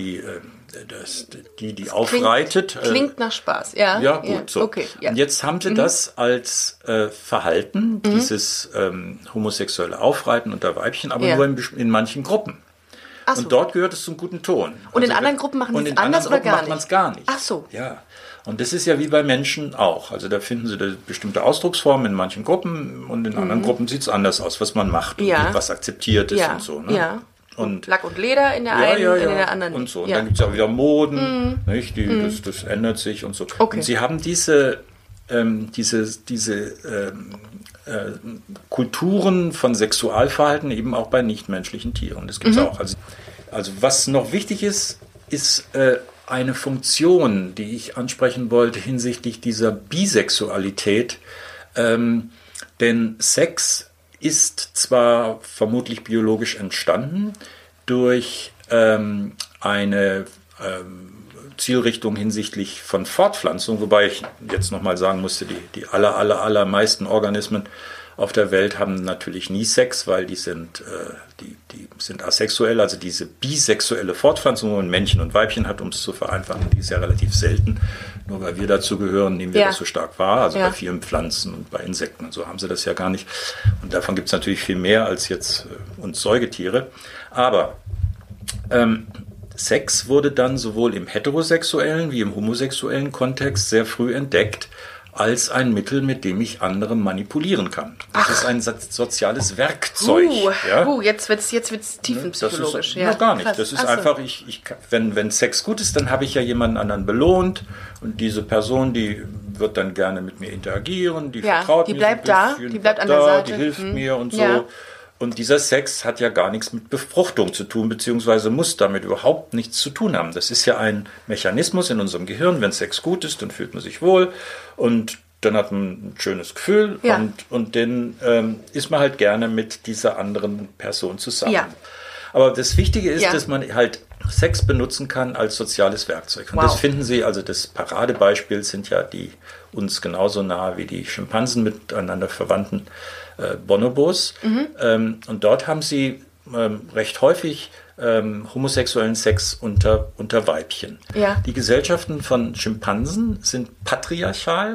[SPEAKER 3] aufreitet.
[SPEAKER 2] Klingt nach Spaß, ja.
[SPEAKER 3] Ja, gut, so.
[SPEAKER 2] Okay, ja.
[SPEAKER 3] Und jetzt haben sie das als Verhalten, dieses homosexuelle Aufreiten unter Weibchen, aber nur in manchen Gruppen.
[SPEAKER 2] Ach so.
[SPEAKER 3] Und dort gehört es zum guten Ton.
[SPEAKER 2] Und in anderen Gruppen machen sie es anders oder gar nicht?
[SPEAKER 3] macht man es gar nicht.
[SPEAKER 2] Ach so.
[SPEAKER 3] Ja. Und das ist ja wie bei Menschen auch. Also da finden Sie bestimmte Ausdrucksformen in manchen Gruppen und in anderen Gruppen sieht es anders aus, was man macht und was akzeptiert ist und so. Ne?
[SPEAKER 2] Ja. Und Lack und Leder in der einen und in der anderen
[SPEAKER 3] und so. Und dann gibt es auch wieder Moden, nicht? Das ändert sich und so.
[SPEAKER 2] Okay.
[SPEAKER 3] Und Sie haben diese Kulturen von Sexualverhalten eben auch bei nichtmenschlichen Tieren. Das gibt es auch. Also was noch wichtig ist eine Funktion, die ich ansprechen wollte hinsichtlich dieser Bisexualität. Denn Sex ist zwar vermutlich biologisch entstanden durch eine Zielrichtung hinsichtlich von Fortpflanzung, wobei ich jetzt nochmal sagen musste, die allermeisten Organismen auf der Welt haben natürlich nie Sex, weil die sind asexuell, also diese bisexuelle Fortpflanzung, wo ein Männchen und Weibchen hat, um es zu vereinfachen, die ist ja relativ selten. Nur weil wir dazu gehören, nehmen wir das so stark wahr. Also bei vielen Pflanzen und bei Insekten und so haben sie das ja gar nicht. Und davon gibt es natürlich viel mehr als jetzt uns Säugetiere. Aber Sex wurde dann sowohl im heterosexuellen wie im homosexuellen Kontext sehr früh entdeckt als ein Mittel, mit dem ich andere manipulieren kann. Das ist ein soziales Werkzeug.
[SPEAKER 2] Jetzt wird's tiefenpsychologisch.
[SPEAKER 3] Das ist gar nicht. Das ist einfach, wenn Sex gut ist, dann habe ich ja jemanden anderen belohnt und diese Person, die wird dann gerne mit mir interagieren, die vertraut mir.
[SPEAKER 2] Die bleibt da, die bleibt an der Seite.
[SPEAKER 3] Die hilft mir und so. Und dieser Sex hat ja gar nichts mit Befruchtung zu tun, beziehungsweise muss damit überhaupt nichts zu tun haben. Das ist ja ein Mechanismus in unserem Gehirn. Wenn Sex gut ist, dann fühlt man sich wohl und dann hat man ein schönes Gefühl und dann ist man halt gerne mit dieser anderen Person zusammen. Ja. Aber das Wichtige ist, dass man halt Sex benutzen kann als soziales Werkzeug. Und das finden Sie, also das Paradebeispiel sind ja die uns genauso nahe wie die Schimpansen miteinander verwandten Bonobos. Und dort haben sie recht häufig homosexuellen Sex unter Weibchen. Ja. Die Gesellschaften von Schimpansen sind patriarchal.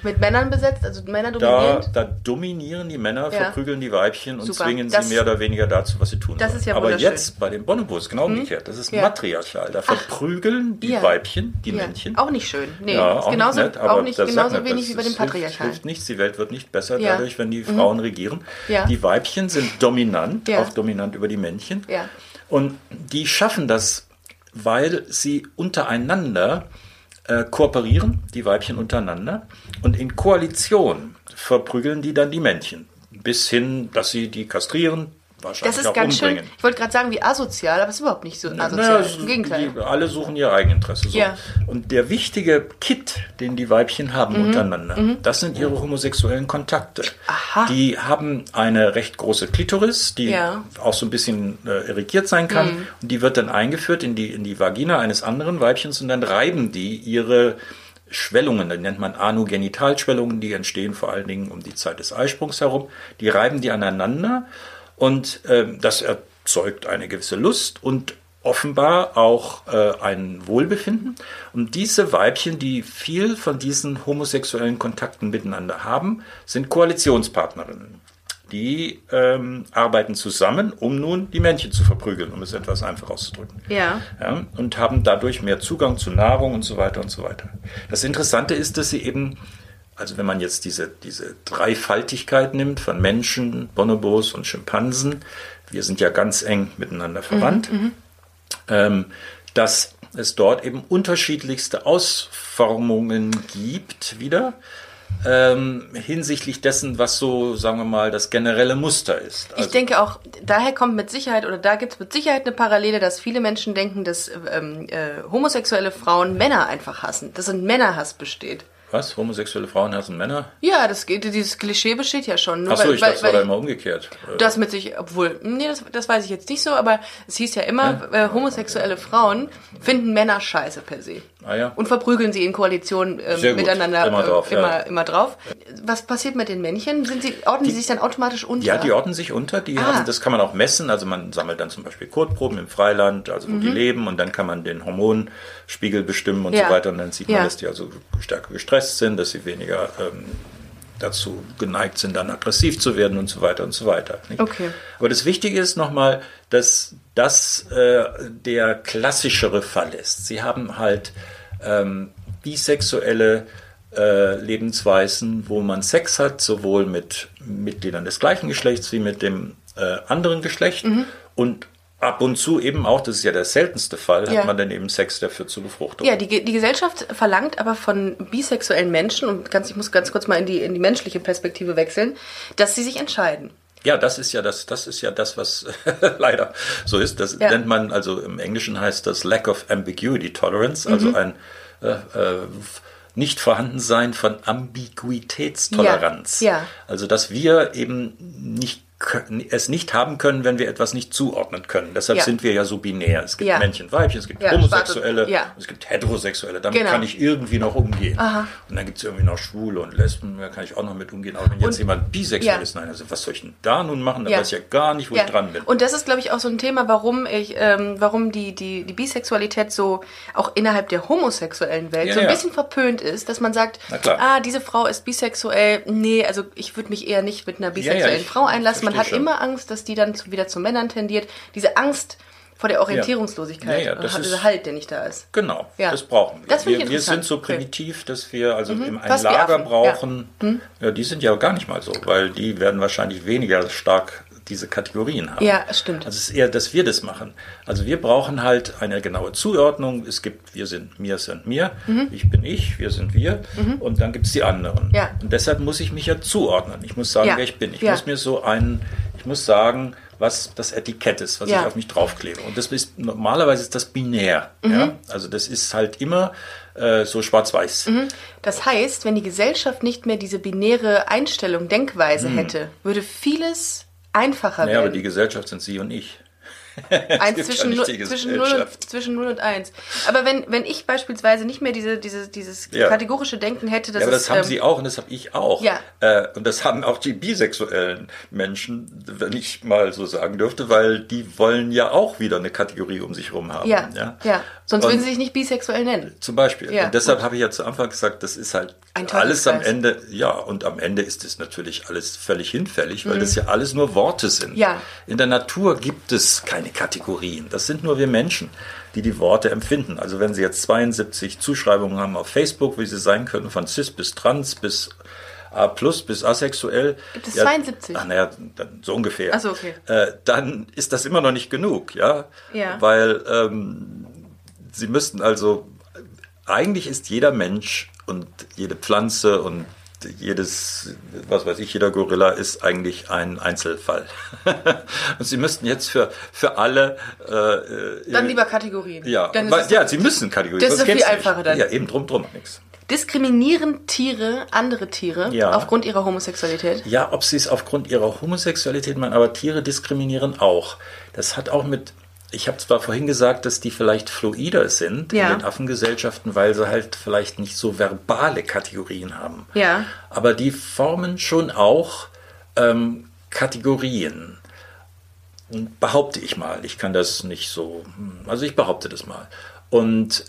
[SPEAKER 2] Mit Männern besetzt, also Männer dominierend?
[SPEAKER 3] Da dominieren die Männer,
[SPEAKER 2] Ja.
[SPEAKER 3] verprügeln die Weibchen und
[SPEAKER 2] Super.
[SPEAKER 3] zwingen
[SPEAKER 2] Das-
[SPEAKER 3] sie mehr oder weniger dazu, was sie tun
[SPEAKER 2] Das
[SPEAKER 3] sollen.
[SPEAKER 2] ist ja
[SPEAKER 3] Aber
[SPEAKER 2] wunderschön.
[SPEAKER 3] jetzt bei den Bonobos genau umgekehrt. Das ist
[SPEAKER 2] Ja.
[SPEAKER 3] matriarchal. Da verprügeln die
[SPEAKER 2] Ja.
[SPEAKER 3] Weibchen die
[SPEAKER 2] Ja.
[SPEAKER 3] Männchen.
[SPEAKER 2] Auch nicht schön. Nee,
[SPEAKER 3] Ja,
[SPEAKER 2] ist genauso,
[SPEAKER 3] nicht nett, aber
[SPEAKER 2] auch nicht
[SPEAKER 3] das sagt
[SPEAKER 2] genauso
[SPEAKER 3] nicht,
[SPEAKER 2] wenig wie bei
[SPEAKER 3] das
[SPEAKER 2] dem Patriarchalen.
[SPEAKER 3] hilft nichts, die Welt wird nicht besser
[SPEAKER 2] Ja.
[SPEAKER 3] dadurch, wenn die Frauen regieren.
[SPEAKER 2] Ja.
[SPEAKER 3] Die Weibchen sind dominant,
[SPEAKER 2] Ja.
[SPEAKER 3] auch dominant über die Männchen.
[SPEAKER 2] Ja.
[SPEAKER 3] Und die schaffen das, weil sie untereinander kooperieren, die Weibchen untereinander. Und in Koalition verprügeln die dann die Männchen. Bis hin, dass sie die kastrieren, wahrscheinlich
[SPEAKER 2] Das ist
[SPEAKER 3] auch
[SPEAKER 2] ganz
[SPEAKER 3] umbringen.
[SPEAKER 2] schön. Ich wollte gerade sagen, wie asozial, aber es ist überhaupt nicht so asozial.
[SPEAKER 3] Naja,
[SPEAKER 2] Im Gegenteil.
[SPEAKER 3] alle suchen ihr Eigeninteresse. So.
[SPEAKER 2] Ja.
[SPEAKER 3] Und der wichtige Kit, den die Weibchen haben untereinander, das sind ihre homosexuellen Kontakte.
[SPEAKER 2] Aha.
[SPEAKER 3] Die haben eine recht große Klitoris, die
[SPEAKER 2] Ja.
[SPEAKER 3] auch so ein bisschen irrigiert sein kann. Und die wird dann eingeführt in die Vagina eines anderen Weibchens und dann reiben die ihre Schwellungen, die nennt man Anogenitalschwellungen, die entstehen vor allen Dingen um die Zeit des Eisprungs herum. Die reiben die aneinander. Und das erzeugt eine gewisse Lust und offenbar auch ein Wohlbefinden. Und diese Weibchen, die viel von diesen homosexuellen Kontakten miteinander haben, sind Koalitionspartnerinnen. Die arbeiten zusammen, um nun die Männchen zu verprügeln, um es etwas einfach auszudrücken.
[SPEAKER 2] Ja.
[SPEAKER 3] Ja, und haben dadurch mehr Zugang zu Nahrung und so weiter und so weiter. Das Interessante ist, dass sie eben, also wenn man jetzt diese Dreifaltigkeit nimmt von Menschen, Bonobos und Schimpansen, wir sind ja ganz eng miteinander verwandt, dass es dort eben unterschiedlichste Ausformungen gibt wieder, hinsichtlich dessen, was so, sagen wir mal, das generelle Muster ist.
[SPEAKER 2] Ich denke auch, daher kommt mit Sicherheit, oder da gibt es mit Sicherheit eine Parallele, dass viele Menschen denken, dass homosexuelle Frauen Männer einfach hassen, dass ein Männerhass besteht.
[SPEAKER 3] Was? Homosexuelle Frauen hassen Männer?
[SPEAKER 2] Ja, dieses Klischee besteht ja schon. Nur
[SPEAKER 3] Achso, ich dachte, das war da immer umgekehrt.
[SPEAKER 2] Das mit sich, obwohl, nee, das weiß ich jetzt nicht so, aber es hieß ja immer, homosexuelle Frauen finden Männer scheiße per se.
[SPEAKER 3] Ah, ja.
[SPEAKER 2] Und verprügeln sie in Koalition
[SPEAKER 3] Sehr gut.
[SPEAKER 2] miteinander
[SPEAKER 3] Immer drauf,
[SPEAKER 2] immer drauf. Was passiert mit den Männchen? Ordnen die sich dann automatisch unter?
[SPEAKER 3] Ja, die ordnen sich unter. Das kann man auch messen. Also man sammelt dann zum Beispiel Kotproben im Freiland, also wo die leben, und dann kann man den Hormonspiegel bestimmen und so weiter. Und dann sieht man, dass die also stärker gestresst sind, dass sie weniger dazu geneigt sind, dann aggressiv zu werden und so weiter und so weiter. Nicht?
[SPEAKER 2] Okay.
[SPEAKER 3] Aber das Wichtige ist nochmal, dass das der klassischere Fall ist. Sie haben halt bisexuelle Lebensweisen, wo man Sex hat, sowohl mit Mitgliedern des gleichen Geschlechts wie mit dem anderen Geschlecht. Und ab und zu eben auch, das ist ja der seltenste Fall, hat man dann eben Sex, der führt zur Befruchtung.
[SPEAKER 2] Ja, die Gesellschaft verlangt aber von bisexuellen Menschen, und ich muss ganz kurz mal in die menschliche Perspektive wechseln, dass sie sich entscheiden.
[SPEAKER 3] Ja, das ist ja das, was leider so ist. Das nennt man, also im Englischen heißt das Lack of Ambiguity Tolerance, also ein Nicht-Vorhandensein von Ambiguitätstoleranz.
[SPEAKER 2] Ja.
[SPEAKER 3] Also, dass wir eben es nicht haben können, wenn wir etwas nicht zuordnen können. Deshalb sind wir ja so binär. Es gibt Männchen, Weibchen, es gibt Homosexuelle, es gibt Heterosexuelle. Damit kann ich irgendwie noch umgehen.
[SPEAKER 2] Aha.
[SPEAKER 3] Und dann gibt es irgendwie noch Schwule und Lesben, da kann ich auch noch mit umgehen. Aber wenn jetzt jemand bisexuell ist, nein, also was soll ich denn da nun machen? Da weiß ich ja gar nicht, wo ich dran bin.
[SPEAKER 2] Und das ist, glaube ich, auch so ein Thema, warum die Bisexualität so auch innerhalb der homosexuellen Welt so ein bisschen verpönt ist, dass man sagt, diese Frau ist bisexuell, nee, also ich würde mich eher nicht mit einer bisexuellen Frau einlassen. Man hat immer Angst, dass die dann wieder zu Männern tendiert. Diese Angst vor der Orientierungslosigkeit, dieser Halt, der nicht da ist.
[SPEAKER 3] Genau, das brauchen wir.
[SPEAKER 2] Das
[SPEAKER 3] Wir sind so primitiv, dass wir also ein Lager brauchen. Ja, die sind ja gar nicht mal so, weil die werden wahrscheinlich weniger stark diese Kategorien haben.
[SPEAKER 2] Ja, stimmt.
[SPEAKER 3] Also es ist eher, dass wir das machen. Also wir brauchen halt eine genaue Zuordnung. Es gibt, wir sind mir, ich bin ich, wir sind wir, und dann gibt es die anderen.
[SPEAKER 2] Ja.
[SPEAKER 3] Und deshalb muss ich mich ja zuordnen. Ich muss sagen, wer ich bin. Ich muss sagen, was das Etikett ist, was ich auf mich draufklebe. Und das ist, normalerweise ist das binär. Ja? Also das ist halt immer so schwarz-weiß.
[SPEAKER 2] Das heißt, wenn die Gesellschaft nicht mehr diese binäre Einstellung, Denkweise hätte, würde vieles einfacher werden.
[SPEAKER 3] Ja, aber die Gesellschaft sind Sie und ich.
[SPEAKER 2] Eins zwischen 0 und 1. Aber wenn ich beispielsweise nicht mehr dieses kategorische Denken hätte,
[SPEAKER 3] aber das haben Sie auch und das habe ich auch.
[SPEAKER 2] Ja.
[SPEAKER 3] Und das haben auch die bisexuellen Menschen, wenn ich mal so sagen dürfte, weil die wollen ja auch wieder eine Kategorie um sich herum haben.
[SPEAKER 2] Ja. Sonst würden sie sich nicht bisexuell nennen.
[SPEAKER 3] Zum Beispiel.
[SPEAKER 2] Ja,
[SPEAKER 3] und deshalb habe ich ja zu Anfang gesagt, das ist halt alles am Ende, und am Ende ist es natürlich alles völlig hinfällig, weil das ja alles nur Worte sind.
[SPEAKER 2] Ja.
[SPEAKER 3] In der Natur gibt es keine Kategorien. Das sind nur wir Menschen, die Worte empfinden. Also wenn Sie jetzt 72 Zuschreibungen haben auf Facebook, wie sie sein können, von cis bis trans bis A+ bis asexuell.
[SPEAKER 2] Gibt es 72?
[SPEAKER 3] So ungefähr.
[SPEAKER 2] Ach so, okay.
[SPEAKER 3] Dann ist das immer noch nicht genug, ja?
[SPEAKER 2] Ja.
[SPEAKER 3] Weil Sie müssten also, eigentlich ist jeder Mensch und jede Pflanze und jeder Gorilla ist eigentlich ein Einzelfall. Und Sie müssten jetzt für alle...
[SPEAKER 2] dann lieber Kategorien.
[SPEAKER 3] Ja, Sie müssen Kategorien.
[SPEAKER 2] Das ist ja viel einfacher dann.
[SPEAKER 3] Ja, eben drum nichts.
[SPEAKER 2] Diskriminieren Tiere andere Tiere aufgrund ihrer Homosexualität?
[SPEAKER 3] Ja, ob sie es aufgrund ihrer Homosexualität meinen, aber Tiere diskriminieren auch. Das hat auch mit... Ich habe zwar vorhin gesagt, dass die vielleicht fluider sind in den Affengesellschaften, weil sie halt vielleicht nicht so verbale Kategorien haben.
[SPEAKER 2] Ja.
[SPEAKER 3] Aber die formen schon auch Kategorien. Behaupte ich mal. Ich kann das nicht so... Also ich behaupte das mal. Und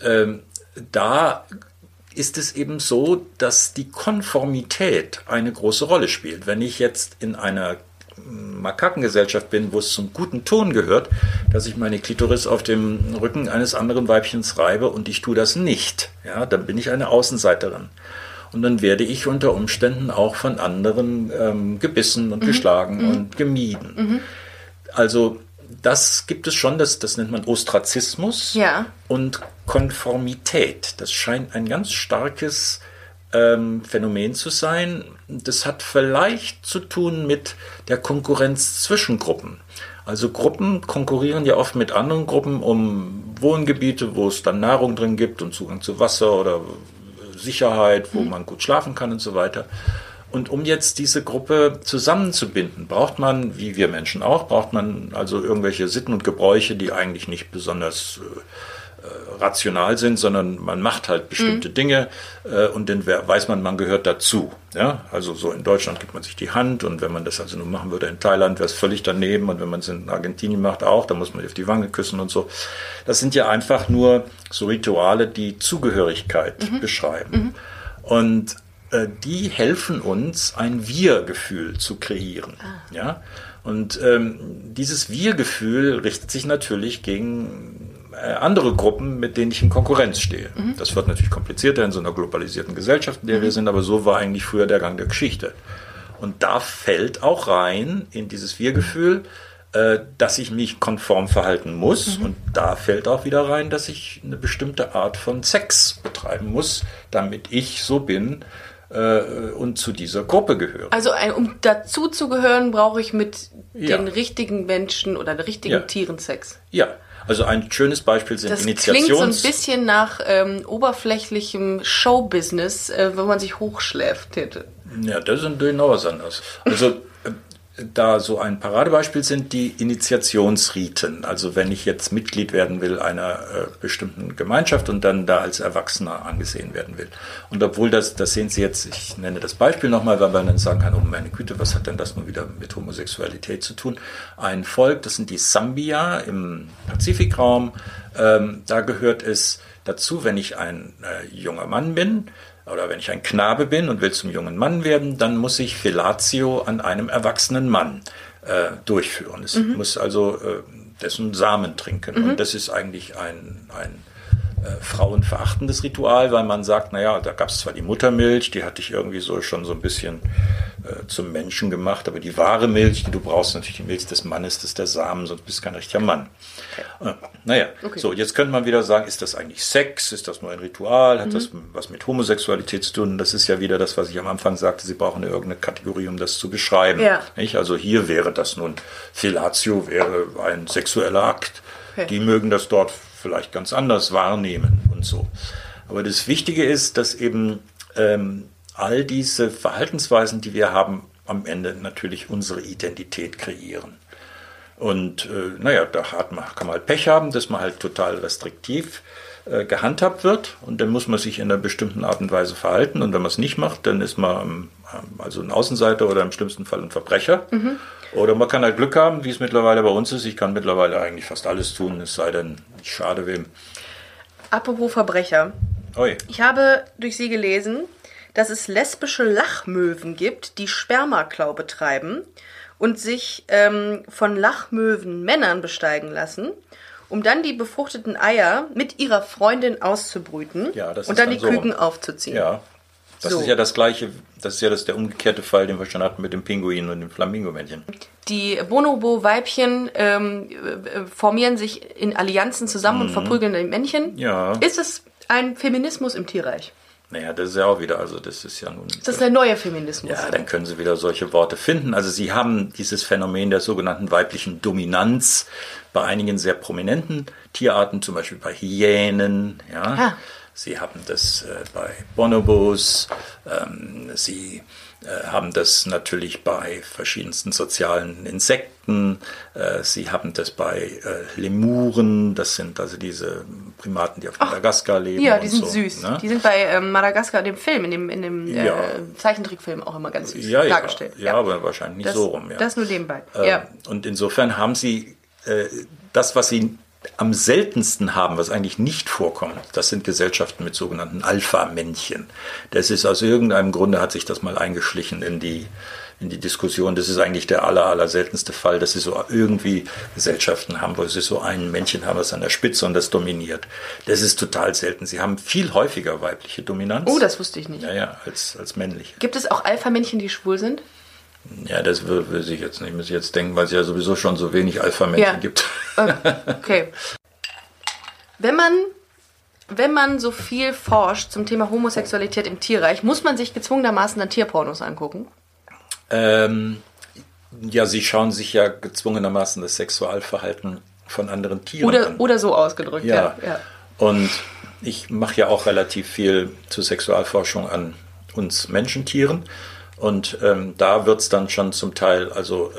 [SPEAKER 3] da ist es eben so, dass die Konformität eine große Rolle spielt. Wenn ich jetzt in einer Makakengesellschaft bin, wo es zum guten Ton gehört, dass ich meine Klitoris auf dem Rücken eines anderen Weibchens reibe und ich tue das nicht, dann bin ich eine Außenseiterin. Und dann werde ich unter Umständen auch von anderen gebissen und geschlagen und gemieden. Also das gibt es schon, das nennt man Ostrazismus und Konformität. Das scheint ein ganz starkes Phänomen zu sein. Das hat vielleicht zu tun mit der Konkurrenz zwischen Gruppen. Also Gruppen konkurrieren ja oft mit anderen Gruppen um Wohngebiete, wo es dann Nahrung drin gibt und Zugang zu Wasser oder Sicherheit, wo man gut schlafen kann und so weiter. Und um jetzt diese Gruppe zusammenzubinden, braucht man, wie wir Menschen auch, also irgendwelche Sitten und Gebräuche, die eigentlich nicht besonders rational sind, sondern man macht halt bestimmte Dinge und dann weiß man gehört dazu. Ja? Also so in Deutschland gibt man sich die Hand und wenn man das also nur machen würde in Thailand, wäre es völlig daneben und wenn man es in Argentinien macht auch, dann muss man sich auf die Wange küssen und so. Das sind ja einfach nur so Rituale, die Zugehörigkeit beschreiben. Und die helfen uns, ein Wir-Gefühl zu kreieren. Ja? Und dieses Wir-Gefühl richtet sich natürlich gegen andere Gruppen, mit denen ich in Konkurrenz stehe. Das wird natürlich komplizierter in so einer globalisierten Gesellschaft, in der wir sind, aber so war eigentlich früher der Gang der Geschichte. Und da fällt auch rein in dieses Wir-Gefühl, dass ich mich konform verhalten muss. Und da fällt auch wieder rein, dass ich eine bestimmte Art von Sex betreiben muss, damit ich so bin und zu dieser Gruppe gehöre.
[SPEAKER 2] Also um dazu zu gehören, brauche ich mit den richtigen Menschen oder den richtigen Tieren Sex.
[SPEAKER 3] Ja. Also ein schönes Beispiel sind Initiations...
[SPEAKER 2] Das klingt so ein bisschen nach oberflächlichem Showbusiness, wenn man sich hochschläft hätte.
[SPEAKER 3] Ja, das ist natürlich noch was anderes. Also da so ein Paradebeispiel sind die Initiationsriten. Also wenn ich jetzt Mitglied werden will einer bestimmten Gemeinschaft und dann da als Erwachsener angesehen werden will. Und obwohl das sehen Sie jetzt, ich nenne das Beispiel nochmal, weil man dann sagen kann, oh meine Güte, was hat denn das nun wieder mit Homosexualität zu tun? Ein Volk, das sind die Sambia im Pazifikraum. Da gehört es dazu, wenn ich ein junger Mann bin, oder wenn ich ein Knabe bin und will zum jungen Mann werden, dann muss ich Fellatio an einem erwachsenen Mann durchführen. Ich muss also dessen Samen trinken. Und das ist eigentlich ein frauenverachtendes Ritual, weil man sagt, naja, da gab es zwar die Muttermilch, die hatte ich irgendwie so schon so ein bisschen zum Menschen gemacht, aber die wahre Milch, die du brauchst, natürlich die Milch des Mannes, das ist der Samen, sonst bist du kein richtiger Mann. Okay. So, jetzt könnte man wieder sagen, ist das eigentlich Sex, ist das nur ein Ritual, hat das was mit Homosexualität zu tun? Das ist ja wieder das, was ich am Anfang sagte, Sie brauchen irgendeine Kategorie, um das zu beschreiben. Ja. Nicht? Also hier wäre das nun, Fellatio wäre ein sexueller Akt. Okay. Die mögen das dort vielleicht ganz anders wahrnehmen und so. Aber das Wichtige ist, dass eben all diese Verhaltensweisen, die wir haben, am Ende natürlich unsere Identität kreieren. Und da kann man halt Pech haben, dass man halt total restriktiv gehandhabt wird und dann muss man sich in einer bestimmten Art und Weise verhalten und wenn man es nicht macht, dann ist man also ein Außenseiter oder im schlimmsten Fall ein Verbrecher. Oder man kann halt Glück haben, wie es mittlerweile bei uns ist. Ich kann mittlerweile eigentlich fast alles tun, es sei denn, ich schade wem.
[SPEAKER 2] Apropos Verbrecher.
[SPEAKER 3] Oi.
[SPEAKER 2] Ich habe durch Sie gelesen, dass es lesbische Lachmöwen gibt, die Spermaklau betreiben und sich von Lachmöwen-Männern besteigen lassen, um dann die befruchteten Eier mit ihrer Freundin auszubrüten und dann die Küken aufzuziehen.
[SPEAKER 3] Ja, das ist ja das Gleiche, das ist ja der umgekehrte Fall, den wir schon hatten mit dem Pinguin und dem Flamingo-Männchen. Die
[SPEAKER 2] Bonobo-Weibchen formieren sich in Allianzen zusammen und verprügeln die Männchen.
[SPEAKER 3] Ja.
[SPEAKER 2] Ist es ein Feminismus im Tierreich?
[SPEAKER 3] Naja, das ist ja auch wieder, also das ist ja nun...
[SPEAKER 2] Das ist der neue Feminismus.
[SPEAKER 3] Ja, dann können Sie wieder solche Worte finden. Also Sie haben dieses Phänomen der sogenannten weiblichen Dominanz bei einigen sehr prominenten Tierarten, zum Beispiel bei Hyänen, ja.
[SPEAKER 2] Ah.
[SPEAKER 3] Sie haben das bei Bonobos, Sie haben das natürlich bei verschiedensten sozialen Insekten, Sie haben das bei Lemuren, das sind also diese Primaten, die auf Madagaskar leben.
[SPEAKER 2] Ja, die sind
[SPEAKER 3] so,
[SPEAKER 2] süß.
[SPEAKER 3] Ne?
[SPEAKER 2] Die sind bei Madagaskar, dem Film, in dem Zeichentrickfilm auch immer ganz süß dargestellt.
[SPEAKER 3] Ja, aber wahrscheinlich nicht so rum. Ja.
[SPEAKER 2] Das nur nebenbei.
[SPEAKER 3] Und insofern haben Sie das, was Sie am seltensten haben, was eigentlich nicht vorkommt, das sind Gesellschaften mit sogenannten Alpha-Männchen. Das ist aus irgendeinem Grunde, hat sich das mal eingeschlichen in die Diskussion. Das ist eigentlich der aller seltenste Fall, dass Sie so irgendwie Gesellschaften haben, wo Sie so ein Männchen haben, das an der Spitze und das dominiert. Das ist total selten. Sie haben viel häufiger weibliche Dominanz.
[SPEAKER 2] Oh, das wusste ich nicht.
[SPEAKER 3] Ja, als männliche.
[SPEAKER 2] Gibt es auch Alpha-Männchen, die schwul sind?
[SPEAKER 3] Ja, das will ich jetzt nicht. Muss ich jetzt denken, weil es ja sowieso schon so wenig Alpha-Männchen gibt.
[SPEAKER 2] Okay. Wenn man so viel forscht zum Thema Homosexualität im Tierreich, muss man sich gezwungenermaßen dann Tierpornos angucken?
[SPEAKER 3] Ja, Sie schauen sich ja gezwungenermaßen das Sexualverhalten von anderen Tieren an.
[SPEAKER 2] Oder so ausgedrückt, ja.
[SPEAKER 3] Und ich mache ja auch relativ viel zur Sexualforschung an uns Menschentieren. Und da wird es dann schon zum Teil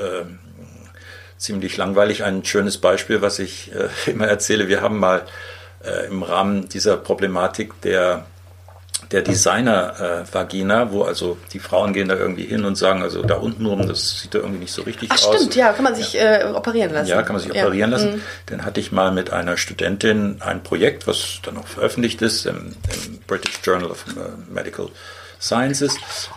[SPEAKER 3] ziemlich langweilig. Ein schönes Beispiel, was ich immer erzähle. Wir haben mal im Rahmen dieser Problematik der Designer-Vagina, wo also die Frauen gehen da irgendwie hin und sagen, also da unten rum, das sieht da irgendwie nicht so richtig aus.
[SPEAKER 2] Stimmt, ja, kann man sich operieren lassen.
[SPEAKER 3] Ja, kann man sich operieren lassen. Dann hatte ich mal mit einer Studentin ein Projekt, was dann auch veröffentlicht ist im British Journal of Medical Sciences,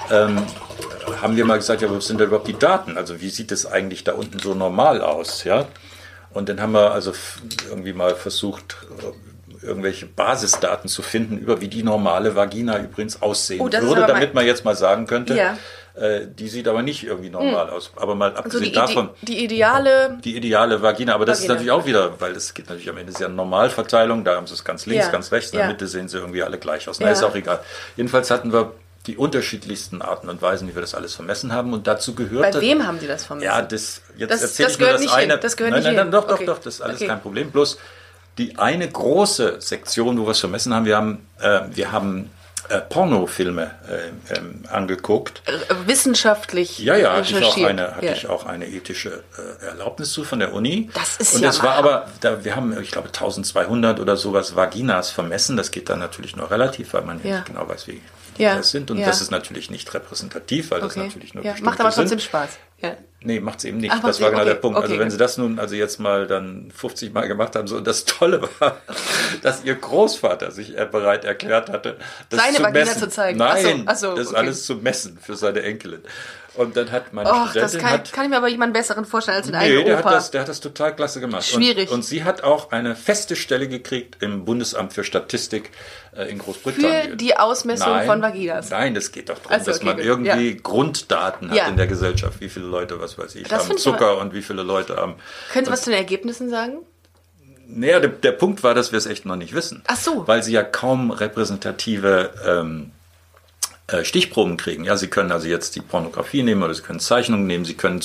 [SPEAKER 3] haben wir mal gesagt, ja, was sind da überhaupt die Daten? Also wie sieht es eigentlich da unten so normal aus? Ja? Und dann haben wir also irgendwie mal versucht, irgendwelche Basisdaten zu finden, über wie die normale Vagina übrigens aussehen würde, damit man jetzt mal sagen könnte, die sieht aber nicht irgendwie normal aus. Aber mal abgesehen davon.
[SPEAKER 2] Die ideale
[SPEAKER 3] Vagina, aber das ist natürlich auch wieder, weil es geht natürlich am Ende, ist ja eine Normalverteilung, da haben sie es ganz links, ganz rechts, in der Mitte sehen sie irgendwie alle gleich aus. Na, ist auch egal. Jedenfalls hatten wir die unterschiedlichsten Arten und Weisen, wie wir das alles vermessen haben. Und dazu gehört...
[SPEAKER 2] Bei wem haben Sie das vermessen?
[SPEAKER 3] Ja, jetzt erzähle ich nur das eine.
[SPEAKER 2] Das gehört nicht hin.
[SPEAKER 3] Nein, doch, das ist alles kein Problem. Bloß die eine große Sektion, wo wir es vermessen haben, wir haben Pornofilme angeguckt.
[SPEAKER 2] Wissenschaftlich
[SPEAKER 3] recherchiert. Hatte ich auch eine ethische Erlaubnis zu von der Uni.
[SPEAKER 2] Das ist
[SPEAKER 3] und das war aber, wir haben, ich glaube, 1200 oder sowas Vaginas vermessen. Das geht dann natürlich nur relativ, weil man nicht genau weiß, wie das sind. Und das ist natürlich nicht repräsentativ, weil das natürlich nur bestimmte
[SPEAKER 2] macht aber trotzdem
[SPEAKER 3] sind.
[SPEAKER 2] Spaß. Ja.
[SPEAKER 3] Nee, macht es eben nicht. Das war genau der Punkt. Also wenn Sie das nun jetzt mal dann 50 Mal gemacht haben, so, und das Tolle war, dass Ihr Großvater sich bereit erklärt hatte, das
[SPEAKER 2] seine
[SPEAKER 3] zu
[SPEAKER 2] Vagina
[SPEAKER 3] messen.
[SPEAKER 2] zu zeigen.
[SPEAKER 3] Nein, das alles zu messen für seine Enkelin. Und dann hat meine Studentin...
[SPEAKER 2] Das kann ich mir aber jemanden besseren vorstellen als den eigenen Opa.
[SPEAKER 3] Der hat das total klasse gemacht.
[SPEAKER 2] Schwierig.
[SPEAKER 3] Und sie hat auch eine feste Stelle gekriegt im Bundesamt für Statistik in Großbritannien.
[SPEAKER 2] Für die Ausmessung von Vaginas.
[SPEAKER 3] Nein, das geht doch darum, dass man irgendwie Grunddaten hat in der Gesellschaft. Wie viele Leute, was weiß ich, haben Zucker und wie viele Leute haben...
[SPEAKER 2] Können Sie was zu den Ergebnissen sagen?
[SPEAKER 3] Naja, der Punkt war, dass wir es echt noch nicht wissen.
[SPEAKER 2] Ach so.
[SPEAKER 3] Weil sie ja kaum repräsentative... Stichproben kriegen. Ja, Sie können also jetzt die Pornografie nehmen oder Sie können Zeichnungen nehmen, Sie können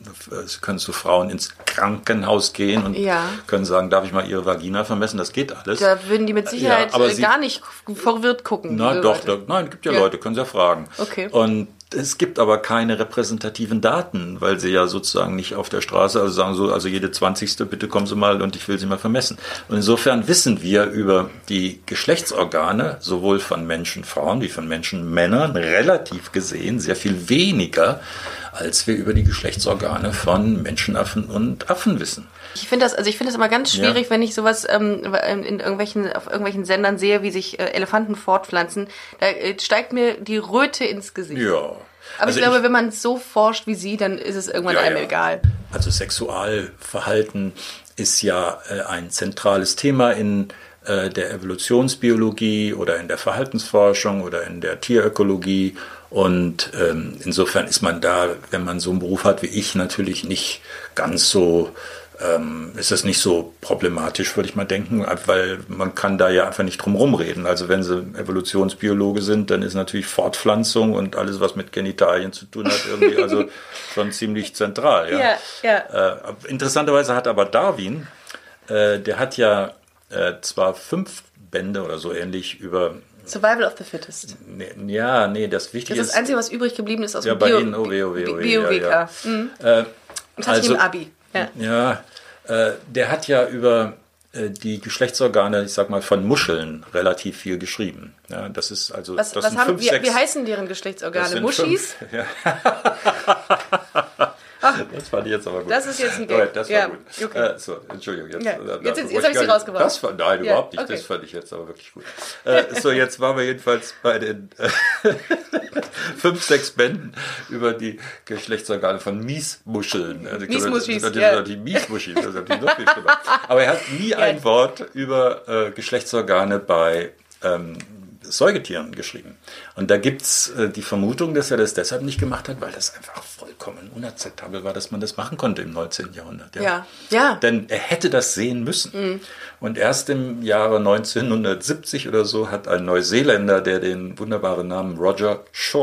[SPEAKER 3] zu Frauen ins Krankenhaus gehen und können sagen, darf ich mal Ihre Vagina vermessen? Das geht alles.
[SPEAKER 2] Da würden die mit Sicherheit gar nicht verwirrt gucken.
[SPEAKER 3] Nein, gibt ja Leute, können Sie ja fragen.
[SPEAKER 2] Okay.
[SPEAKER 3] Und Es gibt aber keine repräsentativen Daten, weil sie ja sozusagen nicht auf der Straße, also sagen so, also jede 20. bitte kommen Sie mal und ich will Sie mal vermessen. Und insofern wissen wir über die Geschlechtsorgane, sowohl von Menschen, Frauen wie von Menschen, Männern, relativ gesehen sehr viel weniger, als wir über die Geschlechtsorgane von Menschenaffen und Affen wissen.
[SPEAKER 2] Ich finde das immer ganz schwierig, wenn ich sowas auf irgendwelchen Sendern sehe, wie sich Elefanten fortpflanzen. Da steigt mir die Röte ins Gesicht.
[SPEAKER 3] Ja.
[SPEAKER 2] Aber
[SPEAKER 3] Also
[SPEAKER 2] ich glaube, wenn man so forscht wie Sie, dann ist es irgendwann einem egal.
[SPEAKER 3] Also Sexualverhalten ist ja ein zentrales Thema in der Evolutionsbiologie oder in der Verhaltensforschung oder in der Tierökologie. Und insofern ist man da, wenn man so einen Beruf hat wie ich, natürlich nicht ganz so, ist das nicht so problematisch, würde ich mal denken, weil man kann da ja einfach nicht drum rumreden. Also wenn Sie Evolutionsbiologe sind, dann ist natürlich Fortpflanzung und alles, was mit Genitalien zu tun hat, irgendwie also schon ziemlich zentral. Interessanterweise hat aber Darwin, der hat ja zwar 5 Bände oder so ähnlich über
[SPEAKER 2] Survival of the Fittest.
[SPEAKER 3] Nee, das Wichtige ist...
[SPEAKER 2] Das ist das Einzige, was übrig geblieben ist aus
[SPEAKER 3] dem
[SPEAKER 2] BioWK. Das hatte ich im Abi.
[SPEAKER 3] Der hat ja über die Geschlechtsorgane, ich sag mal, von Muscheln relativ viel geschrieben. Ja, das ist also...
[SPEAKER 2] Wie heißen deren Geschlechtsorgane? Muschis?
[SPEAKER 3] Das fand ich jetzt aber gut.
[SPEAKER 2] Das ist jetzt ein Gag.
[SPEAKER 3] Das war gut. Okay. Entschuldigung. Jetzt
[SPEAKER 2] habe ich Sie rausgeworfen.
[SPEAKER 3] Nein, überhaupt nicht. Okay. Das fand ich jetzt aber wirklich gut. Jetzt waren wir jedenfalls bei den 5, 6 Bänden über die Geschlechtsorgane von Miesmuscheln.
[SPEAKER 2] Miesmuschis,
[SPEAKER 3] Die Miesmuschis, das ist natürlich noch viel schlimmer. Aber er hat nie ein Wort über Geschlechtsorgane bei Säugetieren geschrieben. Und da gibt's die Vermutung, dass er das deshalb nicht gemacht hat, weil das einfach vollkommen unakzeptabel war, dass man das machen konnte im 19. Jahrhundert. Ja. Denn er hätte das sehen müssen. Mhm. Und erst im Jahre 1970 oder so hat ein Neuseeländer, der den wunderbaren Namen Roger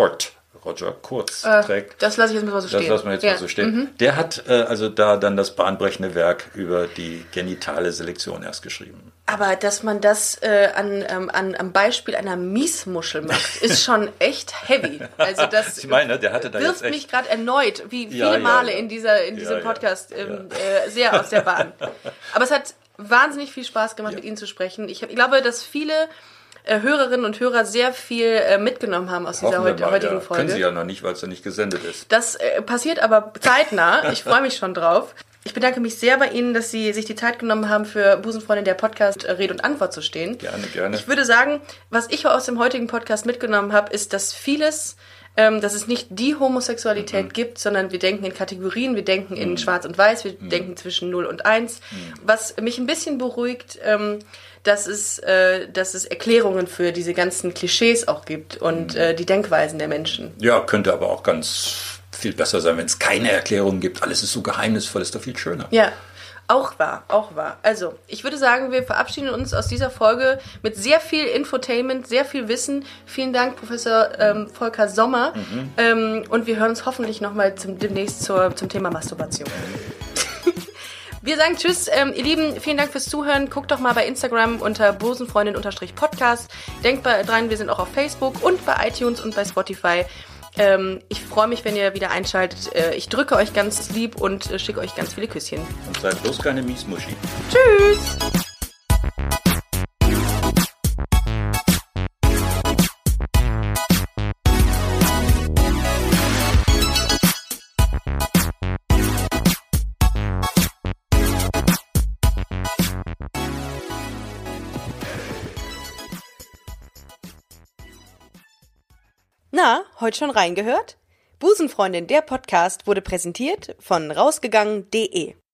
[SPEAKER 3] Kurz trägt.
[SPEAKER 2] Das lasse ich jetzt mal so stehen.
[SPEAKER 3] Das lassen wir jetzt mal so stehen. Mhm. Der hat also da dann das bahnbrechende Werk über die genitale Selektion erst geschrieben.
[SPEAKER 2] Aber dass man das am Beispiel einer Miesmuschel macht, ist schon echt heavy. Also das
[SPEAKER 3] ich meine, der hatte da
[SPEAKER 2] wirft
[SPEAKER 3] jetzt echt
[SPEAKER 2] mich gerade erneut, wie viele Male in diesem Podcast, sehr aus der Bahn. Aber es hat wahnsinnig viel Spaß gemacht, mit Ihnen zu sprechen. Ich glaube, dass viele Hörerinnen und Hörer sehr viel mitgenommen haben aus dieser heutigen Folge.
[SPEAKER 3] Können Sie ja noch nicht, weil es ja nicht gesendet ist.
[SPEAKER 2] Das passiert aber zeitnah. Ich freue mich schon drauf. Ich bedanke mich sehr bei Ihnen, dass Sie sich die Zeit genommen haben, für Busenfreundin der Podcast Rede und Antwort zu stehen.
[SPEAKER 3] Gerne.
[SPEAKER 2] Ich würde sagen, was ich aus dem heutigen Podcast mitgenommen habe, ist, dass dass es nicht die Homosexualität gibt, sondern wir denken in Kategorien, wir denken in Schwarz und Weiß, wir denken zwischen 0 und 1. Was mich ein bisschen beruhigt, dass es Erklärungen für diese ganzen Klischees auch gibt und die Denkweisen der Menschen.
[SPEAKER 3] Ja, könnte aber auch ganz viel besser sein, wenn es keine Erklärungen gibt. Alles ist so geheimnisvoll, ist doch viel schöner.
[SPEAKER 2] Ja, auch wahr. Also, ich würde sagen, wir verabschieden uns aus dieser Folge mit sehr viel Infotainment, sehr viel Wissen. Vielen Dank, Professor Volker Sommer. Und wir hören uns hoffentlich nochmal demnächst zum Thema Masturbation. Wir sagen Tschüss, ihr Lieben, vielen Dank fürs Zuhören. Guckt doch mal bei Instagram unter busenfreundin_podcast. Denkt dran, wir sind auch auf Facebook und bei iTunes und bei Spotify. Ich freue mich, wenn ihr wieder einschaltet. Ich drücke euch ganz lieb und schicke euch ganz viele Küsschen.
[SPEAKER 3] Und seid bloß keine Miesmuschi.
[SPEAKER 2] Tschüss! Na, heute schon reingehört? Busenfreundin, der Podcast wurde präsentiert von rausgegangen.de.